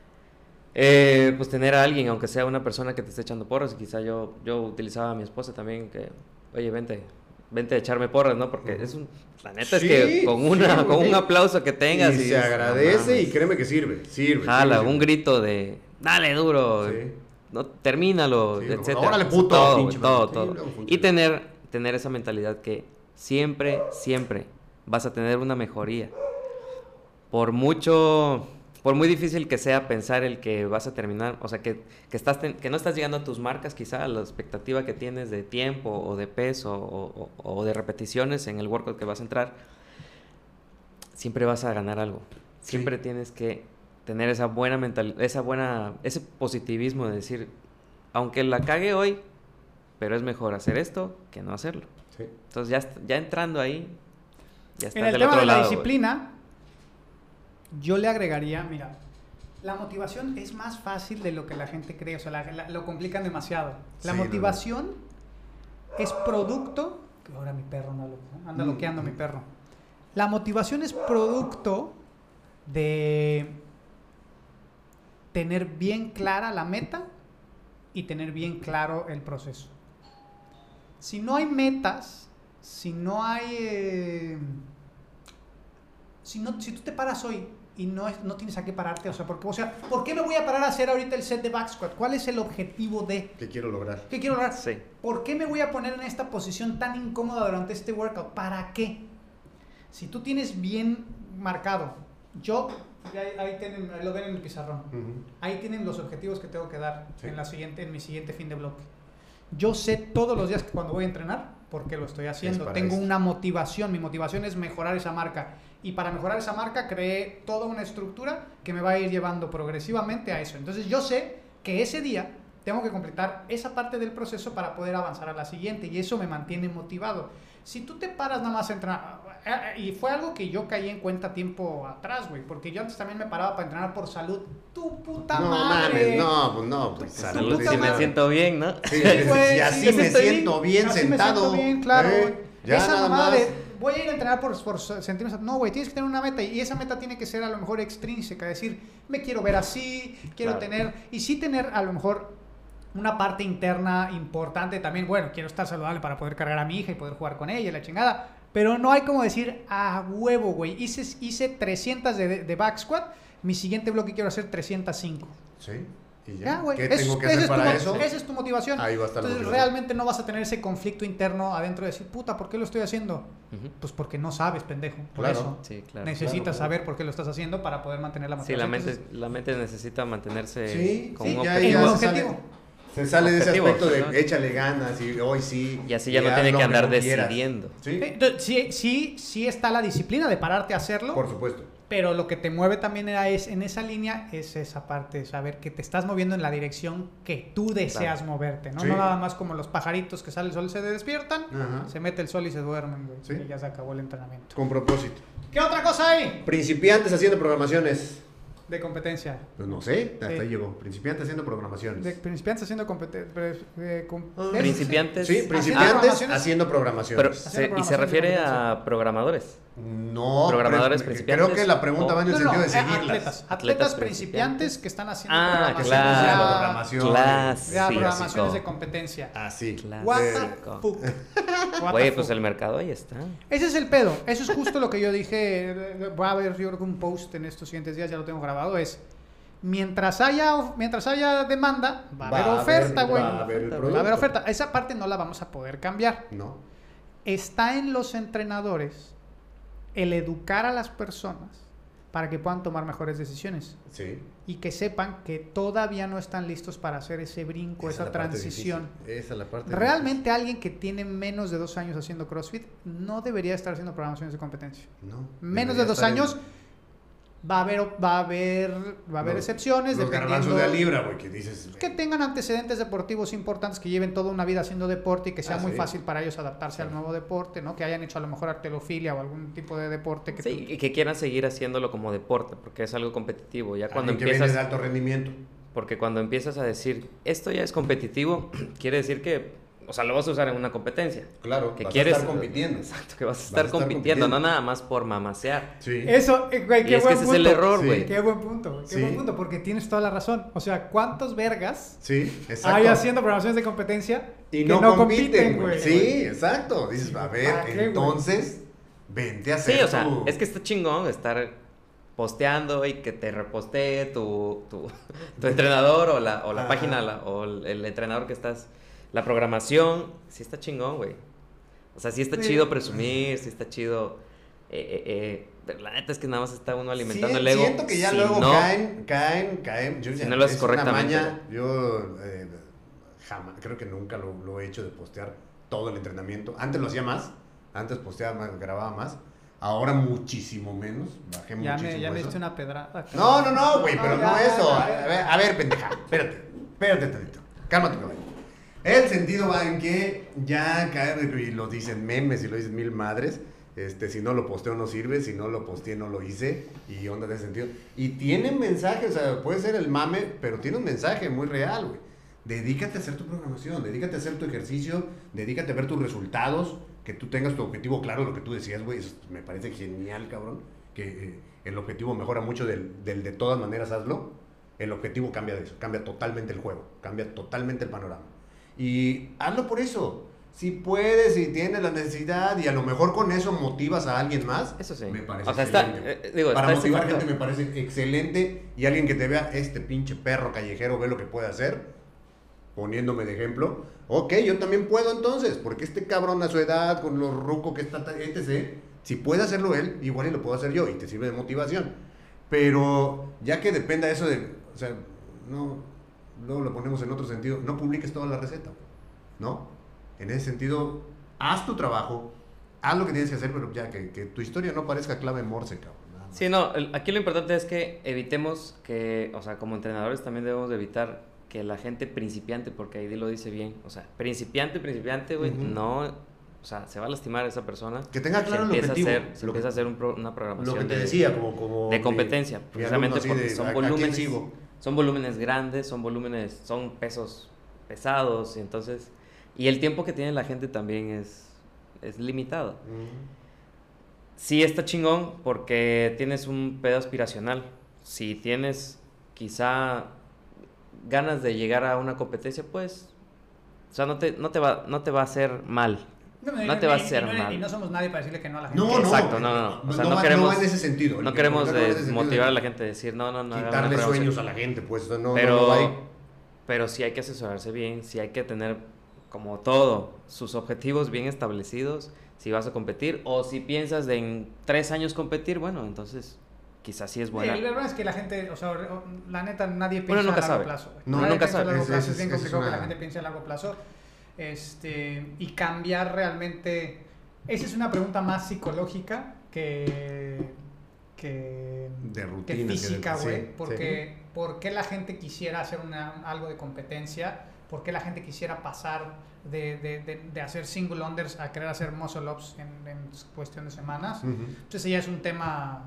eh, pues tener a alguien, aunque sea una persona que te esté echando porras, y quizá yo, yo utilizaba a mi esposa también, que, oye, vente, vente a echarme porras, ¿no? Porque es un, la neta Sí, es que con, una, sí, con un güey. aplauso que tengas y se dices, "No agradece y mames". créeme que sirve, sirve. Jala, sirve, un sirve. grito de, dale duro, Sí. no, termínalo, Sí, etcétera. órale, puto, todo, pinche güey, todo, madre. Sí, todo. luego funciona. Y tener, tener esa mentalidad que siempre, siempre vas a tener una mejoría. Por mucho, por muy difícil que sea pensar el que vas a terminar, o sea, que, que, estás ten- que no estás llegando a tus marcas, quizá a la expectativa que tienes de tiempo o de peso o, o- o de repeticiones en el workout que vas a entrar, siempre vas a ganar algo. Siempre Sí. tienes que tener esa buena mental, esa buena, ese positivismo de decir, aunque la cague hoy, pero es mejor hacer esto que no hacerlo. Sí. Entonces ya, est- ya entrando ahí, ya estás En el del tema otro de la lado, güey. disciplina, yo le agregaría, mira, la motivación es más fácil de lo que la gente cree, o sea, la- la- lo complican demasiado. La Sí, no, motivación es producto, que ahora mi perro anda, loco, anda Mm. loqueando mi perro. La motivación es producto de tener bien clara la meta y tener bien claro el proceso. Si no hay metas, si no hay... eh, si, no, si tú te paras hoy y no, es, no tienes a qué pararte, o sea, porque, o sea, ¿por qué me voy a parar a hacer ahorita el set de back squat? ¿Cuál es el objetivo de? ¿Qué quiero lograr? ¿Qué quiero lograr? Sí. ¿Por qué me voy a poner en esta posición tan incómoda durante este workout? ¿Para qué? Si tú tienes bien marcado, yo, ahí, ahí, tienen, ahí lo ven en el pizarrón, uh-huh. Ahí tienen los objetivos que tengo que dar sí. en, la siguiente, en mi siguiente fin de bloque. Yo sé todos los días que cuando voy a entrenar, por qué lo estoy haciendo. Tengo eso. Una motivación, mi motivación es mejorar esa marca. Y para mejorar esa marca creé toda una estructura que me va a ir llevando progresivamente a eso. Entonces yo sé que ese día tengo que completar esa parte del proceso para poder avanzar a la siguiente. Y eso me mantiene motivado. Si tú te paras nada más a entrenar, y fue algo que yo caí en cuenta tiempo atrás, güey, porque yo antes también me paraba para entrenar por salud. ¡Tu puta no, madre! Mames, no, pues no, pues salud. Si me siento bien, ¿no? Sí, sí, güey, y así sí, me siento bien, bien sentado. Me siento bien, claro. Eh, ya esa nada mamada más. de voy a ir a entrenar por, por sentirme... No, güey, tienes que tener una meta y esa meta tiene que ser a lo mejor extrínseca, decir, me quiero ver así, quiero claro. tener... Y sí tener a lo mejor una parte interna importante también, bueno, quiero estar saludable para poder cargar a mi hija y poder jugar con ella, la chingada, pero no hay como decir, a huevo, güey, hice, hice trescientas de, de back squat, mi siguiente bloque quiero hacer trescientos cinco. Sí. ¿Y ya? Ya, güey. ¿Qué es, tengo que hacer para tu, eso? Esa es tu motivación. Ahí va a estar. Entonces realmente no vas a tener ese conflicto interno adentro de decir, puta, ¿por qué lo estoy haciendo? Uh-huh. Pues porque no sabes, pendejo. Por claro. eso sí, claro. necesitas claro, saber claro. por qué lo estás haciendo para poder mantener la motivación. Sí, la mente, Entonces, la mente necesita mantenerse sí, con sí, un ya, objetivo. ya un se objetivo. Sale, se sale de ese aspecto de ¿no? échale ganas y hoy sí. Y así ya no tiene que andar decidiendo. ¿Sí? Entonces, sí, sí, sí está la disciplina de pararte a hacerlo. Por supuesto. Pero lo que te mueve también era es, en esa línea es esa parte de saber que te estás moviendo en la dirección que tú deseas claro. moverte, ¿no? Sí. No nada más como los pajaritos que sale el sol y se despiertan, Ajá. se mete el sol y se duermen, güey. ¿Sí? Y ya se acabó el entrenamiento. Con propósito. ¿Qué otra cosa hay? Principiantes haciendo programaciones. De competencia. Pues no sé, hasta sí. ahí llegó. Principiantes haciendo programaciones. De principiantes haciendo competencias. Eh, com principiantes. Sí, principiantes haciendo programaciones. Pero, se, ¿Y se refiere a programadores? No, programadores pre principiantes. Creo que la pregunta oh. va en el no, sentido no, de seguirlas. Atletas, atletas, atletas principiantes que están haciendo ah, programaciones. Claro. Ya, programaciones. Clásico. Ya, programaciones de competencia. Así. What the fuck. Oye, pues el mercado ahí está. Ese es el pedo. Eso es justo lo que yo dije. Voy a ver, yo creo que un post en estos siguientes días, ya lo tengo grabado, es... Mientras haya, mientras haya demanda, va a haber va oferta, güey. Va, va a haber oferta. Esa parte no la vamos a poder cambiar. No. Está en los entrenadores el educar a las personas para que puedan tomar mejores decisiones. Sí. Y que sepan que todavía no están listos para hacer ese brinco, esa, esa transición. Esa es la parte Realmente difícil. Alguien que tiene menos de dos años haciendo CrossFit no debería estar haciendo programaciones de competencia. No. Menos de dos años... En... Va a haber, va a haber, va a haber los, excepciones los dependiendo de la libra, güey, que dices que tengan antecedentes deportivos importantes, que lleven toda una vida haciendo deporte y que sea ah, muy sí. fácil para ellos adaptarse sí. al nuevo deporte, ¿no? Que hayan hecho a lo mejor arterofilia o algún tipo de deporte que sí, tú... y que quieran seguir haciéndolo como deporte, porque es algo competitivo. Ya cuando Alguien empiezas que viene de alto rendimiento. Porque cuando empiezas a decir esto ya es competitivo, quiere decir que o sea, lo vas a usar en una competencia. Claro, que vas quieres, a estar compitiendo. Exacto, que vas a estar, vas a estar compitiendo, compitiendo, no nada más por mamasear. Sí. Eso, güey, qué y es buen que ese punto. es el error, güey. Sí. Qué buen punto, qué sí. buen punto, porque tienes toda la razón. O sea, ¿cuántos vergas sí, exacto. hay haciendo programaciones de competencia y que no, no compiten, güey? Sí, exacto. Dices, a ver, qué, entonces, wey? Vente a hacer Sí, o sea, tu... es que está chingón estar posteando y que te repostee tu, tu, tu entrenador o la, o la página la, o el, el entrenador que estás... La programación, sí está chingón, güey. O sea, sí está sí. chido presumir, sí está chido... Eh, eh, eh, la neta es que nada más está uno alimentando sí, el ego. Siento que ya si luego no, caen, caen, caen. Yo si ya, no lo haces es correctamente. Una maña, yo eh, jamás, creo que nunca lo, lo he hecho de postear todo el entrenamiento. Antes lo hacía más, antes posteaba más, grababa más. Ahora muchísimo menos, bajé ya muchísimo me, Ya eso. me diste una pedrada. No, no, no, güey, pero no, no ya, eso. Ya, ya. A, ver, a ver, pendeja, espérate, espérate tantito. Cálmate, caballo. El sentido va en que ya caer, y lo dicen memes y lo dicen mil madres, este, si no lo posteo no sirve, si no lo posteé no lo hice, y onda de ese sentido. Y tiene un mensaje, o sea, puede ser el mame, pero tiene un mensaje muy real, güey. Dedícate a hacer tu programación, dedícate a hacer tu ejercicio, dedícate a ver tus resultados, que tú tengas tu objetivo claro, lo que tú decías, güey, eso me parece genial, cabrón, que eh, el objetivo mejora mucho del, del de todas maneras hazlo, el objetivo cambia de eso, cambia totalmente el juego, cambia totalmente el panorama. Y hazlo por eso. Si puedes y tienes la necesidad y a lo mejor con eso motivas a alguien más, eso sí. Me parece o sea, excelente. Está, eh, digo, Para está motivar ese gente me parece excelente y alguien que te vea, este pinche perro callejero ve lo que puede hacer, poniéndome de ejemplo. Ok, yo también puedo entonces, porque este cabrón a su edad, con lo ruco que está, etcétera, si puede hacerlo él, igual y lo puedo hacer yo y te sirve de motivación. Pero ya que dependa eso de, o sea, no, luego lo ponemos en otro sentido, no publiques toda la receta, ¿no? En ese sentido, haz tu trabajo, haz lo que tienes que hacer, pero ya que, que tu historia no parezca clave Morse, cabrón. Sí, no, el, aquí lo importante es que evitemos que, o sea, como entrenadores también debemos de evitar que la gente principiante, porque ahí lo dice bien, o sea, principiante, principiante, güey, uh-huh. no, o sea, se va a lastimar esa persona. Que tenga claro el objetivo. A hacer, se empieza a hacer un pro, una programación. Lo que te de, decía, como, como de competencia, mi, precisamente mi porque de, son a, volúmenes, a son volúmenes grandes, son volúmenes, son pesos pesados, y entonces, y el tiempo que tiene la gente también es, es limitado. Uh-huh. Sí está chingón porque tienes un pedo aspiracional. Si tienes quizá ganas de llegar a una competencia, pues, o sea, no te, no te, va, no te va a hacer mal. No, no te va a hacer y no, mal. Y no somos nadie para decirle que no a la gente. No, no. Exacto, no, no. O sea, no, no, va, queremos, no va en ese sentido. No queremos de, ese sentido motivar de, a la gente a decir, no, no, no. Quitarle sueños a la gente, pues, no, pero, no, no hay... pero sí hay que asesorarse bien, sí hay que tener, como todo, sus objetivos bien establecidos, si vas a competir, o si piensas de en tres años competir, bueno, entonces... quizás sí es buena. Sí, la verdad es que la gente, o sea, la neta, nadie piensa bueno, nunca a largo sabe. plazo. Güey. No, nadie nunca piensa sabe. A largo plazo. Es, es, es bien es complicado una... que la gente piense a largo plazo. Este, y cambiar realmente... Esa es una pregunta más psicológica que... que, de rutina, que física, güey. Sí, porque, sí. ¿por qué la gente quisiera hacer una, algo de competencia? ¿Por qué la gente quisiera pasar de, de, de, de hacer single unders a querer hacer muscle ups en, en cuestión de semanas? Uh-huh. Entonces ya es un tema...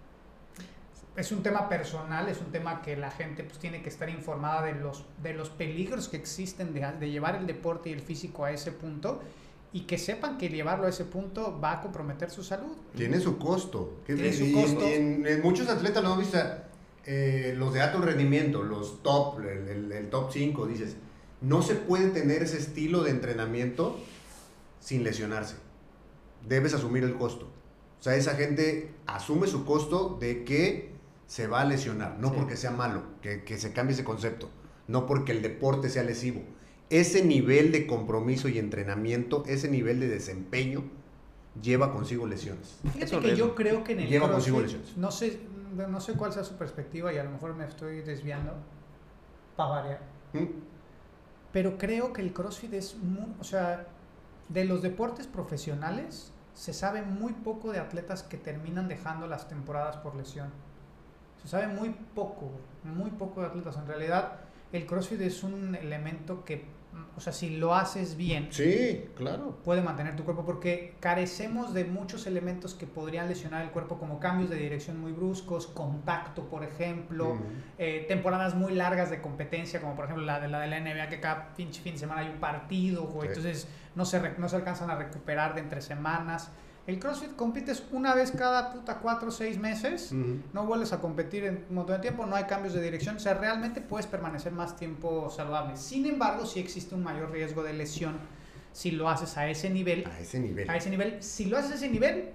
Es un tema personal, es un tema que la gente pues tiene que estar informada de los, de los peligros que existen de, de llevar el deporte y el físico a ese punto y que sepan que llevarlo a ese punto va a comprometer su salud. Tiene su costo. Tiene y, su costo. Y en, en muchos atletas, ¿no? ¿Viste? Eh, los de alto rendimiento, los top, el, el, el top cinco, dices, no se puede tener ese estilo de entrenamiento sin lesionarse. Debes asumir el costo. O sea, esa gente asume su costo de que se va a lesionar, no sí. porque sea malo, que, que se cambie ese concepto, no porque el deporte sea lesivo. Ese nivel de compromiso y entrenamiento, ese nivel de desempeño, lleva consigo lesiones. Fíjate que yo creo que en el lleva CrossFit, consigo lesiones. No sé, no sé cuál sea su perspectiva y a lo mejor me estoy desviando para variar. ¿Mm? Pero creo que el CrossFit es, muy, o sea, de los deportes profesionales, se sabe muy poco de atletas que terminan dejando las temporadas por lesión. Se sabe muy poco, muy poco de atletas. En realidad, el CrossFit es un elemento que, o sea, si lo haces bien, sí, claro, puede mantener tu cuerpo, porque carecemos de muchos elementos que podrían lesionar el cuerpo, como cambios de dirección muy bruscos, contacto, por ejemplo, uh-huh. eh, temporadas muy largas de competencia, como por ejemplo la de la, de la N B A, que cada pinche fin de semana hay un partido, güey, sí. Entonces no se, no se alcanzan a recuperar de entre semanas. El CrossFit compites una vez cada puta cuatro o seis meses, uh-huh. no vuelves a competir en un montón de tiempo, no hay cambios de dirección, o sea, realmente puedes permanecer más tiempo saludable. Sin embargo, sí existe un mayor riesgo de lesión si lo haces a ese nivel. A ese nivel. A ese nivel. Si lo haces a ese nivel,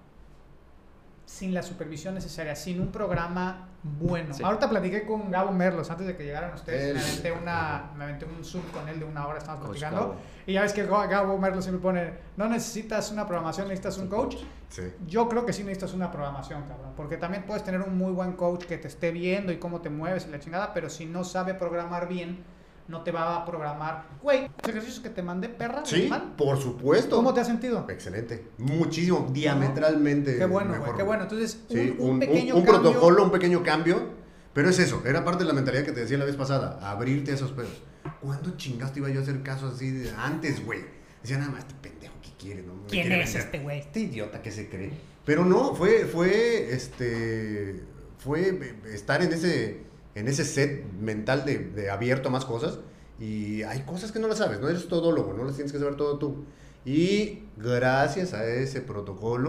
sin la supervisión necesaria, sin un programa bueno. Sí. Ahorita platiqué con Gabo Merlos, antes de que llegaran ustedes, El... me, aventé una, me aventé un Zoom con él de una hora, estamos platicando. Coach, y ya ves que Gabo Merlos siempre pone, no necesitas una programación, necesitas un coach. Sí. Yo creo que sí necesitas una programación, cabrón, porque también puedes tener un muy buen coach que te esté viendo y cómo te mueves y la chingada, pero si no sabe programar bien, no te va a programar. Güey, los ejercicios que te mandé, perra. Sí, mal. Por supuesto. ¿Cómo te has sentido? Excelente. Muchísimo, diametralmente. Qué bueno, mejor. Güey, qué bueno. Entonces, sí, un, un, un pequeño un, un cambio. protocolo, un pequeño cambio. Pero es eso, era parte de la mentalidad que te decía la vez pasada, abrirte a esos pedos. ¿Cuándo chingaste iba yo a hacer caso así de antes, güey? Decía, nada más, este pendejo, ¿qué quiere? No, ¿Quién quiere es vender. este güey? Este idiota que se cree. Pero no, fue, fue, este, fue estar en ese, en ese set mental de, de abierto a más cosas. Y hay cosas que no las sabes, no eres todólogo, no las tienes que saber todo tú. Y gracias a ese protocolo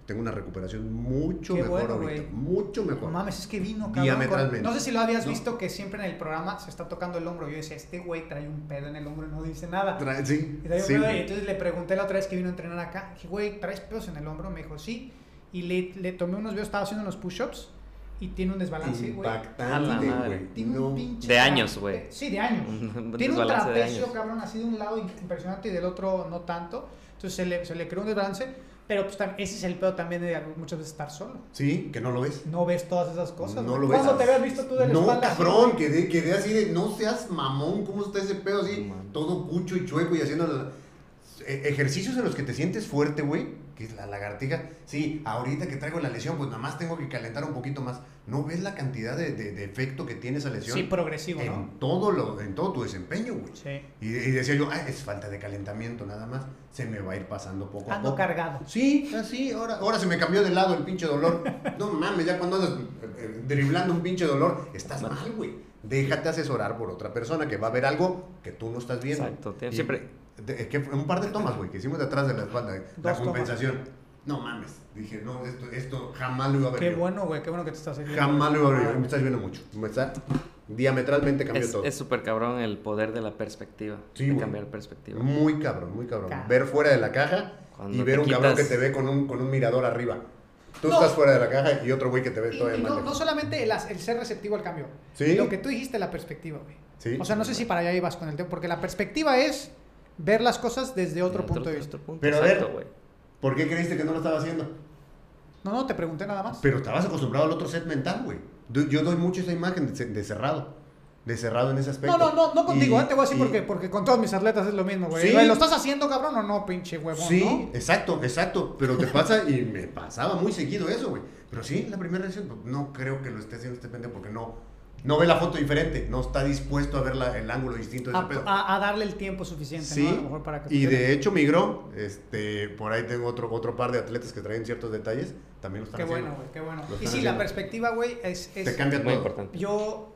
tengo una recuperación mucho Qué mejor bueno, ahorita. güey. Mucho mejor. No mames, es que vino, cabrón. Diametralmente. No sé si lo habías ¿No? visto que siempre en el programa se está tocando el hombro. Yo decía, este güey trae un pedo en el hombro y no dice nada. Tra- sí, Y trae un sí, pedo, y güey. entonces le pregunté la otra vez que vino a entrenar acá. Dije, güey, ¿traes pedos en el hombro? Me dijo, sí. Y le, le tomé unos videos, estaba haciendo unos push-ups y tiene un desbalance, güey. A la Impactante, madre. güey. Tiene No. un pinche De tra- años, güey. Sí, de años. Un Tiene un desbalance de trapecio, años. cabrón, así de un lado impresionante y del otro no tanto. Entonces se le, se le creó un desbalance. Pero pues tam- ese es el pedo también de muchas veces estar solo. Sí, que no lo ves. No ves todas esas cosas. No güey. lo ves. ¿Cuándo te habías visto tú de la No, espalda? así, cabrón, güey? quedé, quedé así de, no seas mamón, ¿cómo está ese pedo así? No, man. Todo cucho y chueco y haciendo la- eh, ejercicios en los que te sientes fuerte, güey, que es la lagartija. Sí, ahorita que traigo la lesión, pues nada más tengo que calentar un poquito más. ¿No ves la cantidad de, de- de efecto que tiene esa lesión? Sí, progresivo, en ¿no? todo lo, en todo tu desempeño, güey. Sí. Y, y decía yo, ah, es falta de calentamiento nada más. Se me va a ir pasando poco a Ando poco. cargado. Sí, así, ahora, ahora se me cambió de lado el pinche dolor. No mames, ya cuando andas eh, eh, driblando un pinche dolor, estás mal, güey. Déjate asesorar por otra persona que va a ver algo que tú no estás viendo. Exacto, te- Y- siempre- de- que fue un par de tomas, güey, que hicimos de atrás de la espalda, la Dos compensación. No mames, dije, no, esto, esto jamás lo iba a ver. Qué yo. bueno, güey, qué bueno que te estás sirviendo. Jamás lo iba a ver. yo. Me estás viendo mucho. Me está diametralmente cambió Es todo. es súper cabrón el poder de la perspectiva. Sí, de güey. cambiar perspectiva. Muy cabrón, muy cabrón. Cabrón. Ver fuera de la caja Cuando y ver te un cabrón que quitas- te ve con un, con un mirador arriba. Tú No. estás fuera de la caja y otro güey que te ve Y, todavía y más no, lejos. no solamente el, as- el ser receptivo al cambio. Sí. Lo que tú dijiste, la perspectiva, güey. Sí. O sea, no sé si para allá ibas con el tema, porque la perspectiva es ver las cosas desde otro Otro- punto de vista. otro punto, Pero a ver. exacto, güey. ¿Por qué creíste que no lo estaba haciendo? No, no, te pregunté nada más. Pero estabas acostumbrado al otro set mental, güey. Do- Yo doy mucho esa imagen de, ce- de cerrado. De cerrado en ese aspecto. No, no, no, no contigo, Y- ¿eh? Te voy a decir y- por qué. Porque con todos mis atletas es lo mismo, güey. Sí. Güey, ¿lo estás haciendo, cabrón, o no, pinche huevón? Sí, ¿no? exacto, exacto. Pero te pasa y me pasaba muy seguido eso, güey. Pero sí, la primera reacción, pues, no creo que lo esté haciendo este pendejo porque no, no ve la foto diferente. No está dispuesto a ver la- el ángulo distinto de ese A, pedo. a- a darle el tiempo suficiente, Sí, ¿no? A lo mejor para que y funcione. de hecho migró, este, por ahí tengo otro, otro par de atletas que traen ciertos detalles, también lo están Qué haciendo. bueno, güey, qué bueno. Lo Y están sí, la haciendo. perspectiva, güey, es... es Te cambia Muy todo. importante. Yo...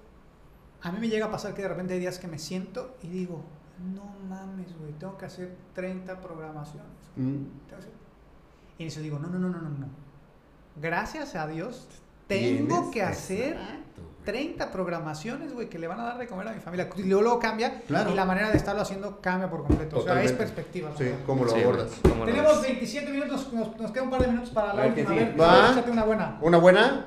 A mí me llega a pasar que de repente hay días que me siento y digo, no mames, güey, tengo que hacer treinta programaciones. Mm. Tengo que hacer- Y eso digo, no, no, no, no, no, no. Gracias a Dios, tengo Tienes- que hacer Exacto, güey. treinta programaciones, güey, que le van a dar de comer a mi familia. Y luego, luego cambia Claro. y la manera de estarlo haciendo cambia por completo. O sea, es Totalmente. perspectiva. Sí, ¿no? ¿cómo lo Sí, abordas? güey, ¿cómo lo Tenemos ves? veintisiete minutos, nos, nos queda un par de minutos para la A ver qué última. A sigue. ver, Va. échate una buena. ¿Una buena?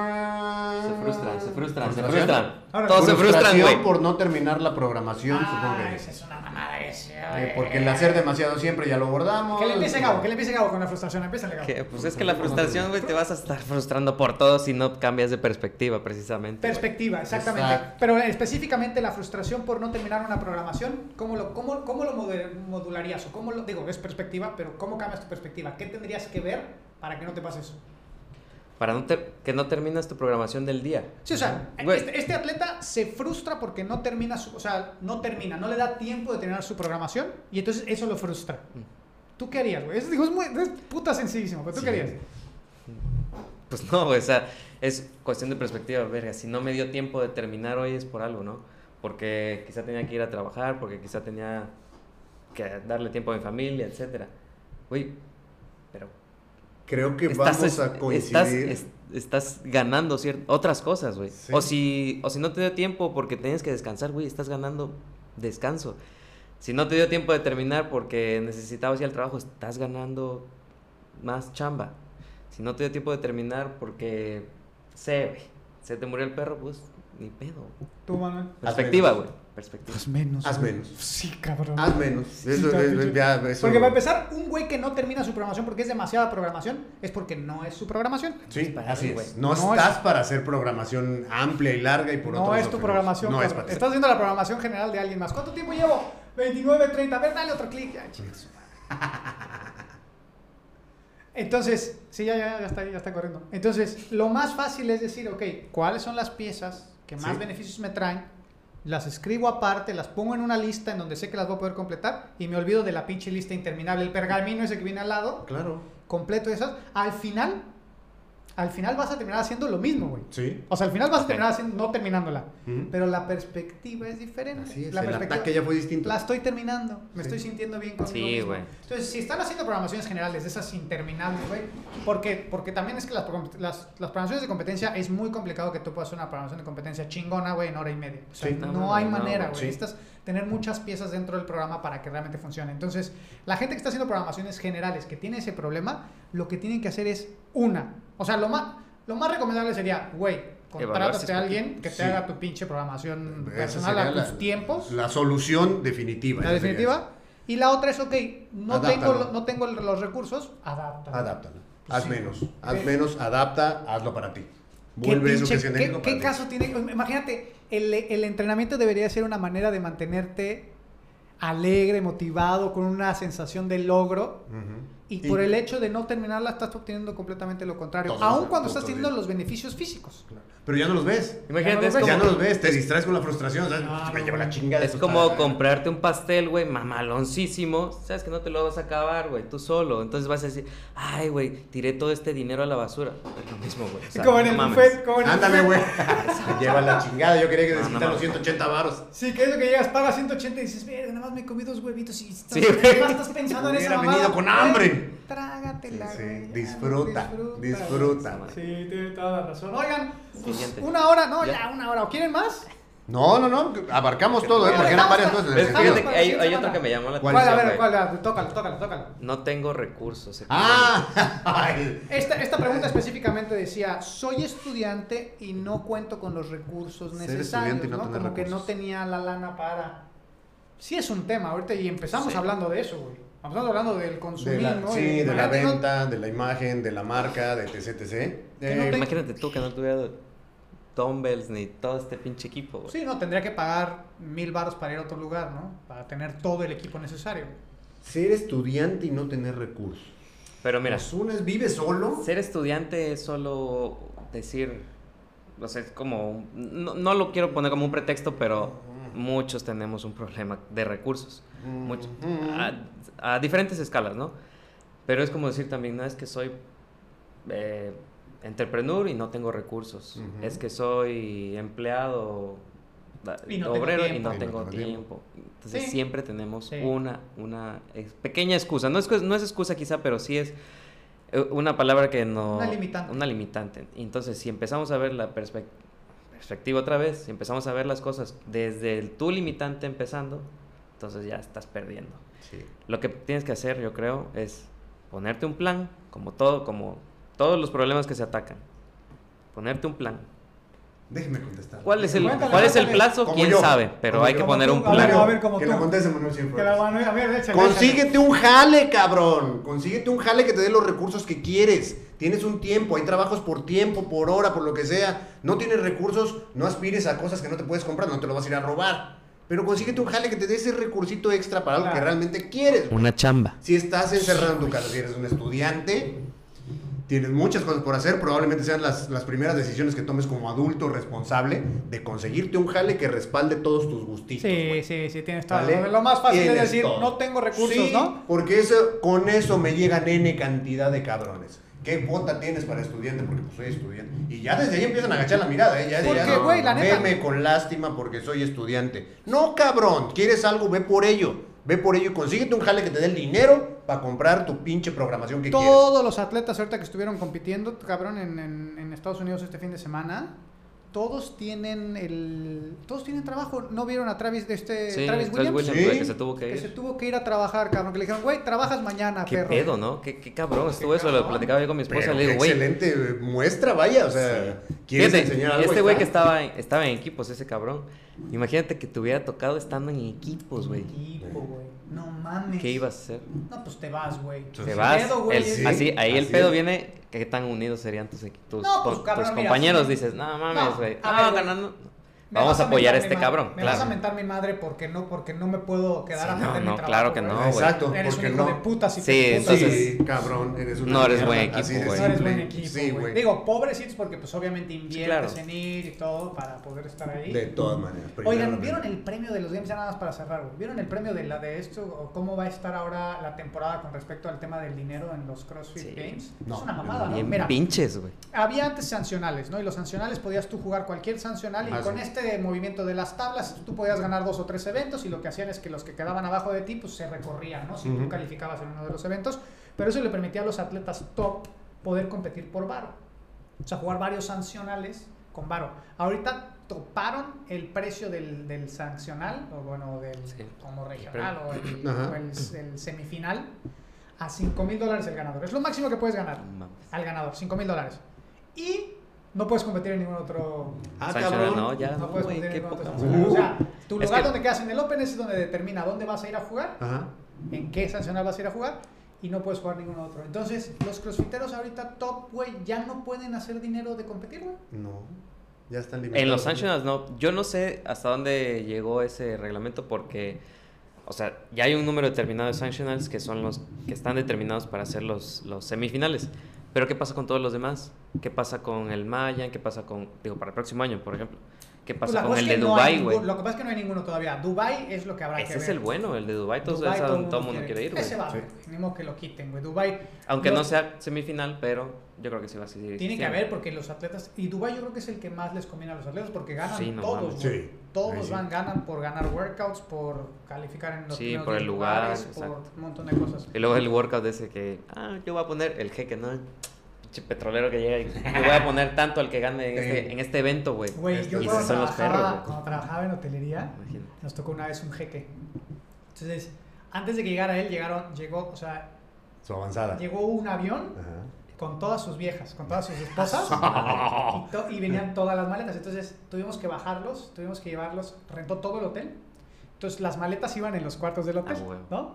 Ah, Se frustran, se frustran, se ¿Frustración? frustran. Ahora, Todos se frustran, Frustración güey. por no terminar la programación, supongo Ah, que esa es una mamada ese, Eh, güey. porque el hacer demasiado siempre ya lo abordamos. Que le empiece Gabo, que le empiece Gabo con la frustración. Empieza Gabo. Que, pues es que la frustración, güey, te vas a estar frustrando por todo si no cambias de perspectiva, precisamente. güey. Perspectiva, exactamente. Exacto. Pero específicamente la frustración por no terminar una programación, ¿cómo lo, cómo, cómo lo moder- modularías? O cómo lo, digo, es perspectiva, pero ¿cómo cambias tu perspectiva? ¿Qué tendrías que ver para que no te pase eso? Para no ter- que no terminas tu programación del día. Sí, o sea, Güey. este, este atleta se frustra porque no termina su, o sea, no termina, no le da tiempo de terminar su programación y entonces eso lo frustra. ¿Tú qué harías, güey? Es, digo, es, muy, es puta sencillísimo, pero ¿tú Sí. qué harías? Pues no, güey, o sea, es cuestión de perspectiva, verga. Si no me dio tiempo de terminar hoy es por algo, ¿no? Porque quizá tenía que ir a trabajar, porque quizá tenía que darle tiempo a mi familia, etcétera. Güey, pero Creo que estás, vamos a es- coincidir. estás, es- estás ganando cier- otras cosas, güey. Sí. O, si, o si no te dio tiempo porque tenías que descansar, güey, estás ganando descanso. Si no te dio tiempo de terminar porque necesitabas ir al trabajo, estás ganando más chamba. Si no te dio tiempo de terminar porque, sé, güey, se te murió el perro, pues ni pedo. ¿Tú, Manuel? Perspectiva, menos. güey. Perspectiva. Pues menos. Haz güey. menos. Sí, cabrón. Haz menos. Eso, está es- pinche- ya, eso- Porque para empezar, un güey que no termina su programación porque es demasiada programación, es porque no es su programación. Sí, para así eso, es. güey. No, No estás es- para hacer programación amplia y larga y por No otros es tu objetivos. programación, No es cabrón. para Estás haciendo la programación general de alguien más. ¿Cuánto tiempo llevo? veintinueve, treinta. A ver, dale otro clic. Ya, chinga su madre. Entonces, sí, ya, ya, ya está, ya está corriendo. Entonces, lo más fácil es decir, ok, ¿cuáles son las piezas que más Sí. beneficios me traen? Las escribo aparte, las pongo en una lista en donde sé que las voy a poder completar y me olvido de la pinche lista interminable, el pergamino ese que viene al lado, Claro. completo esas. Al final, al final vas a terminar haciendo lo mismo, güey. Sí. O sea, al final vas a Ok. terminar haciendo, no terminándola. Ujú. Pero la perspectiva es diferente. Así es, la el perspectiva, ataque ya fue distinto. La estoy terminando. Me Sí. estoy sintiendo bien conmigo Sí, mismo. güey. Entonces, si están haciendo programaciones generales, de esas interminables, güey, porque, porque también es que las, las, las programaciones de competencia es muy complicado que tú puedas hacer una programación de competencia chingona, güey, en hora y media. O sea, Sí. no, No, no, hay no, manera, güey. güey. Sí. Necesitas tener muchas piezas dentro del programa para que realmente funcione. Entonces, la gente que está haciendo programaciones generales que tiene ese problema, lo que tienen que hacer es una. O sea, lo más, lo más recomendable sería, güey, contrátate a alguien que te Sí. haga tu pinche programación Esa personal sería a tus la- tiempos. La solución definitiva. La esa sería definitiva. Y la otra es, ok, no Adáptalo. tengo, no tengo los recursos, adáptalo. esa. Adáptalo. Pues Haz sí. menos. Haz ¿Qué? menos, adapta, hazlo para ti. ¿Qué, Vuelve eso pinche- que es qué- genérico qué para ti. caso tiene? Imagínate, el, el entrenamiento debería ser una manera de mantenerte alegre, motivado, con una sensación de logro. Ujú. Y por el hecho de no terminarla, estás obteniendo completamente lo contrario. Todos, Aun cuando todos, estás teniendo todos. los beneficios físicos. Claro. Pero ya no los ves. Imagínate, Ya es no lo como, Ya no los ves, te distraes con la frustración. ¿Sabes? Claro, Me lleva la güey. chingada. es esto como está- comprarte un pastel, güey, mamaloncísimo. Sabes que no te lo vas a acabar, güey, tú solo. Entonces vas a decir, ay, güey, tiré todo este dinero a la basura. Es lo mismo, güey. o sea, como en el no mames. buffet, como en el Ándale, buffet. güey. Me lleva la chingada. Yo quería que No, no necesitan los mames. ciento ochenta varos. Sí, que es lo que llegas, pagas ciento ochenta y dices, verga, nada más me comí dos huevitos y estás, Sí, güey. además estás pensando en esa Hubiera mamada. venido con hambre. Trágatela, Sí, sí, güey, ya, disfruta, disfruta. Sí, tiene toda la razón. Oigan, pues, Siguiente. una hora, no, Ya. ya, una hora. ¿O quieren más? No, no, no. Abarcamos todo, ¿eh? Bueno, Porque eran dejamos varias para- cosas. Ves, Dejamos fíjate para que hay, la hay semana. otro que me llamó la ¿Cuál? ¿Cuál? A atención, ver, güey. ¿cuál? Tócalo, tócalo, tócalo. No tengo recursos. Ah, ay. Esta, esta pregunta específicamente decía, soy estudiante y no cuento con los recursos Ser necesarios, estudiante y no ¿no? tener Como que no recursos. tenía la lana para... Sí es un tema ahorita y empezamos Sí. hablando de eso, güey. Empezamos hablando del De consumismo. la, sí, y- de la imagínate, ¿no? venta, de la imagen, de la marca, de etc, etcétera. Que no Eh, te- Imagínate tú que no tuviera dumbbells ni todo este pinche equipo, güey. Sí, no, tendría que pagar mil baros para ir a otro lugar, ¿no? Para tener todo el equipo necesario. Ser estudiante y no tener recursos. Pero mira, Osuna es vive solo. ser estudiante es solo decir, o sea, es como, no, no lo quiero poner como un pretexto, pero muchos tenemos un problema de recursos, mucho- Ujú. a, a diferentes escalas, ¿no? Pero es como decir también, no es que soy eh, entrepreneur y no tengo recursos, Ujú. es que soy empleado, da- Y no tengo obrero y tiempo. no Y no tengo tengo tiempo. tiempo. Entonces Sí. siempre tenemos Sí. una, una ex- pequeña excusa, no es, que- no es excusa quizá, pero sí es eh, una palabra que no... Una limitante. Una limitante. Entonces, si empezamos a ver la perspec- perspectiva otra vez, si empezamos a ver las cosas desde el tu limitante empezando, entonces ya estás perdiendo. Sí. Lo que tienes que hacer, yo creo, es ponerte un plan, como todo, como todos los problemas que se atacan. Ponerte un plan. Déjeme contestar. ¿Cuál es el, Cuéntale, cuál es el cuéntale. plazo? Como ¿Quién yo. sabe? Pero Como hay yo. que Como poner tú, un a ver, plan. a ver, como que tú. la conteste Manuel Cienfuegos. Que la mano, a ver, échale, Consíguete un jale, cabrón. Consíguete un jale que te dé los recursos que quieres. Tienes un tiempo, hay trabajos por tiempo, por hora, por lo que sea. No tienes recursos, no aspires a cosas que no te puedes comprar, no te lo vas a ir a robar. Pero consíguete un jale que te dé ese recursito extra para algo que Claro. realmente quieres. güey. Una chamba. Si estás encerrado en tu casa, si eres un estudiante, tienes muchas cosas por hacer, probablemente sean las, las primeras decisiones que tomes como adulto responsable de conseguirte un jale que respalde todos tus gustitos. Sí, güey. sí, sí, tienes toda la ¿Vale? razón. Lo más fácil es Tienes decir, todo. no tengo recursos, Sí, ¿no? porque eso, con eso me llegan N cantidad de cabrones. ¿Qué cuota tienes para estudiante? Porque pues soy estudiante. Y ya desde ahí empiezan a agachar la mirada, ¿eh? Ya, Porque, ya, güey, la neta- verme con lástima porque soy estudiante. No, cabrón, ¿quieres algo? Ve por ello. Ve por ello y consíguete un jale que te dé el dinero para comprar tu pinche programación que quieres. Todos los atletas ahorita que estuvieron compitiendo, cabrón, en, en, en Estados Unidos este fin de semana, todos tienen el, todos tienen trabajo. ¿No vieron a Travis, de este, Sí, Travis Travis Williams? Williams, Sí. güey, que se tuvo que Que ir. se tuvo que ir a trabajar, cabrón. Que le dijeron, güey, trabajas mañana, Qué perro. pedo, ¿no? Qué, qué cabrón estuvo eso. cabrón. Lo platicaba yo con mi esposa. Pero Le qué digo, güey. excelente muestra, vaya. O sea, ¿quieres Fíjate, enseñar algo? este Ahí güey que está. estaba en, estaba en equipos, ese cabrón. Imagínate que te hubiera tocado estando en equipos, güey. Equipo, güey. No mames. ¿Qué ibas a hacer? No, pues te vas, güey. Pues Te sí. vas. Pedo, güey, el- es- así, ahí el así pedo es. viene. ¿Qué tan unidos serían tus, equi- tus, No, pues, tus cabrón, mira, compañeros? sí. Dices, no No, mames, güey. a No, ver, güey. ganando. Me vamos vas a apoyar a mentar este mi madre. cabrón. Me claro. vas a mentar mi madre porque no, porque no me puedo quedar Sí, a no, perder no, mi trabajo. claro que güey. no, güey. Exacto, Eres un porque hijo no. de puta si Sí, te entonces- Sí, cabrón, eres una No eres mierda, buen equipo, así de güey. No eres simple. buen equipo, Sí, güey. güey. Digo, pobrecitos porque pues obviamente inviertes claro. en ir y todo para poder estar ahí. De todas maneras. primero Oigan, lo ¿vieron primero. el premio de los games? Ya nada más para cerrar, güey. ¿Vieron el premio de la de esto o cómo va a estar ahora la temporada con respecto al tema del dinero en los CrossFit Sí. Games? No, es una mamada, ¿no? Bien Mira, pinches, güey. había antes sancionales, ¿no? Y los sancionales podías tú jugar cualquier sancional y Ah, con sí. este movimiento de las tablas tú podías ganar dos o tres eventos y lo que hacían es que los que quedaban abajo de ti pues se recorrían, ¿no? Si tú Ujú. calificabas en uno de los eventos, pero eso le permitía a los atletas top poder competir por varo. O sea, jugar varios sancionales con varo. Ahorita toparon el precio del, del sancional, o bueno, del Sí. como regional o el, Ajá. o el- el semifinal, a cinco mil dólares el ganador. Es lo máximo que puedes ganar No mames. al ganador, cinco mil dólares. Y no puedes competir en ningún otro... Ah, Sancional, cabrón. no, ya, No no, puedes güey, competir qué en ningún otro poca sancional. madre. O sea, tu Es lugar que- donde quedas en el Open es donde determina dónde vas a ir a jugar, Ajá. en qué sancional vas a ir a jugar, y no puedes jugar ningún otro. Entonces, los crossfiteros ahorita top, güey, ya no pueden hacer dinero de competir, güey. No. Ya están limitados. En los sanctionals no. Yo no sé hasta dónde llegó ese reglamento porque, o sea, ya hay un número determinado de sanctionals que son los que están determinados para hacer los, los semifinales. Pero ¿qué pasa con todos los demás? ¿Qué pasa con el Mayan? ¿Qué pasa con, digo, para el próximo año, por ejemplo? ¿Qué Pues pasa la con cosa el es de que no hay Dubai, güey? ningún- Lo que pasa es que no hay ninguno todavía. Dubai es lo que habrá que Ese ver. es el bueno, el de Dubai, todo, Dubái esa- todo todo el mundo quiere ir, güey. Ese va, Sí. güey. Ni modo que lo quiten, güey. Dubai. Aunque los- no sea semifinal, pero yo creo que sí va a seguir. Tiene que existiendo. haber porque los atletas, y Dubai yo creo que es el que más les conviene a los atletas porque ganan Sí, no todos, mames. güey. Sí, Todos ahí sí. van, ganan por ganar workouts, por calificar en los Sí, primeros por el diez lugar, lugares, por exacto. un montón de cosas. Y luego el workout de ese que, ah, yo voy a poner el jeque, ¿no? Pinche petrolero que llega y me voy a poner tanto al que gane en este, en este evento, güey. Güey, yo Y cuando esos son los trabajaba, perros, güey. cuando trabajaba en hotelería, Imagínate. nos tocó una vez un jeque. Entonces, antes de que llegara él, llegaron, llegó, o sea, Su avanzada. llegó un avión Ajá. con todas sus viejas, con todas sus esposas, y, to- y venían todas las maletas. Entonces tuvimos que bajarlos, tuvimos que llevarlos, rentó todo el hotel. Entonces las maletas iban en los cuartos del hotel, Ah, huevo. ¿no?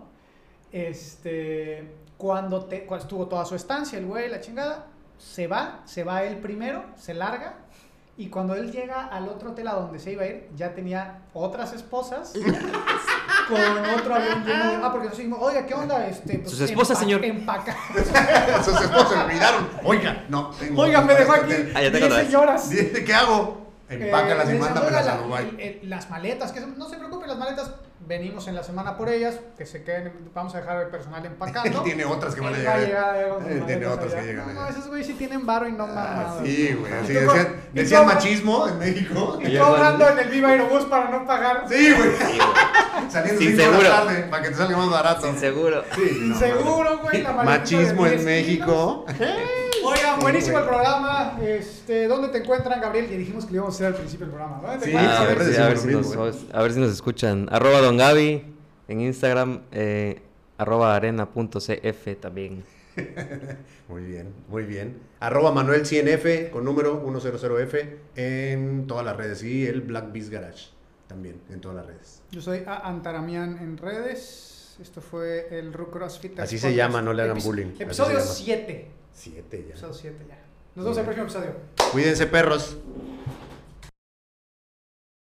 Este, cuando, te, cuando estuvo toda su estancia, el güey, la chingada, se va, se va él primero, se larga. Y cuando él llega al otro hotel a donde se iba a ir, ya tenía otras esposas con otro avión lleno de... Ah, porque nosotros dijimos, oiga, ¿qué onda? Este, pues, Sus esposas, señor. Empaca. Sus esposos se olvidaron. Oiga, no. tengo Oiga, me dejó para aquí este Ah, ya te diez acordás. señoras. hotel. ¿Qué hago? Empácalas Eh, y le mándamelas decían, a "Oiga, Dubái. la- el- el- las maletas, que no se preocupen, las maletas, venimos en la semana por ellas, que se queden, vamos a dejar el personal Él empacando. tiene otras que van a Él va llegar. llegar a con sus Él tiene maletas otras que allá. llegan. No, allá. esos güeyes sí tienen varo y no Ah, mamadas. sí, güey. Y Así tú decían, co- y decían tú- machismo en México. Y tú hablando en el Viva Aerobús para no pagar. Sí, güey. Sí, güey. Saliendo Sin cinco de la seguro. tarde para que te salga más barato. Sin seguro. Sí, no, Seguro, güey, la maletita Machismo de en diez México. Oigan, buenísimo güey. el programa. Este, ¿dónde te encuentran, Gabriel? Que dijimos que le íbamos a hacer al principio del programa, ¿no? ¿Dónde te Sí, encuentran? Ah, a, ver, siempre si, a, ver decimos si lo nos, mismo, a ver si nos escuchan. Arroba Don Gaby en Instagram, eh, arroba arena.cf también. Muy bien, muy bien. Arroba Manuel cien F con número ciento F en todas las redes. Y el Black Beast Garage también en todas las redes. Yo soy A. Antaramian en redes. Esto fue el Ru CrossFit. Así se llama, no le hagan Epi- bullying. Así Episodio se llama. siete. Siete ya. Episodio siete ya. Nos vemos en el próximo episodio. Cuídense, perros.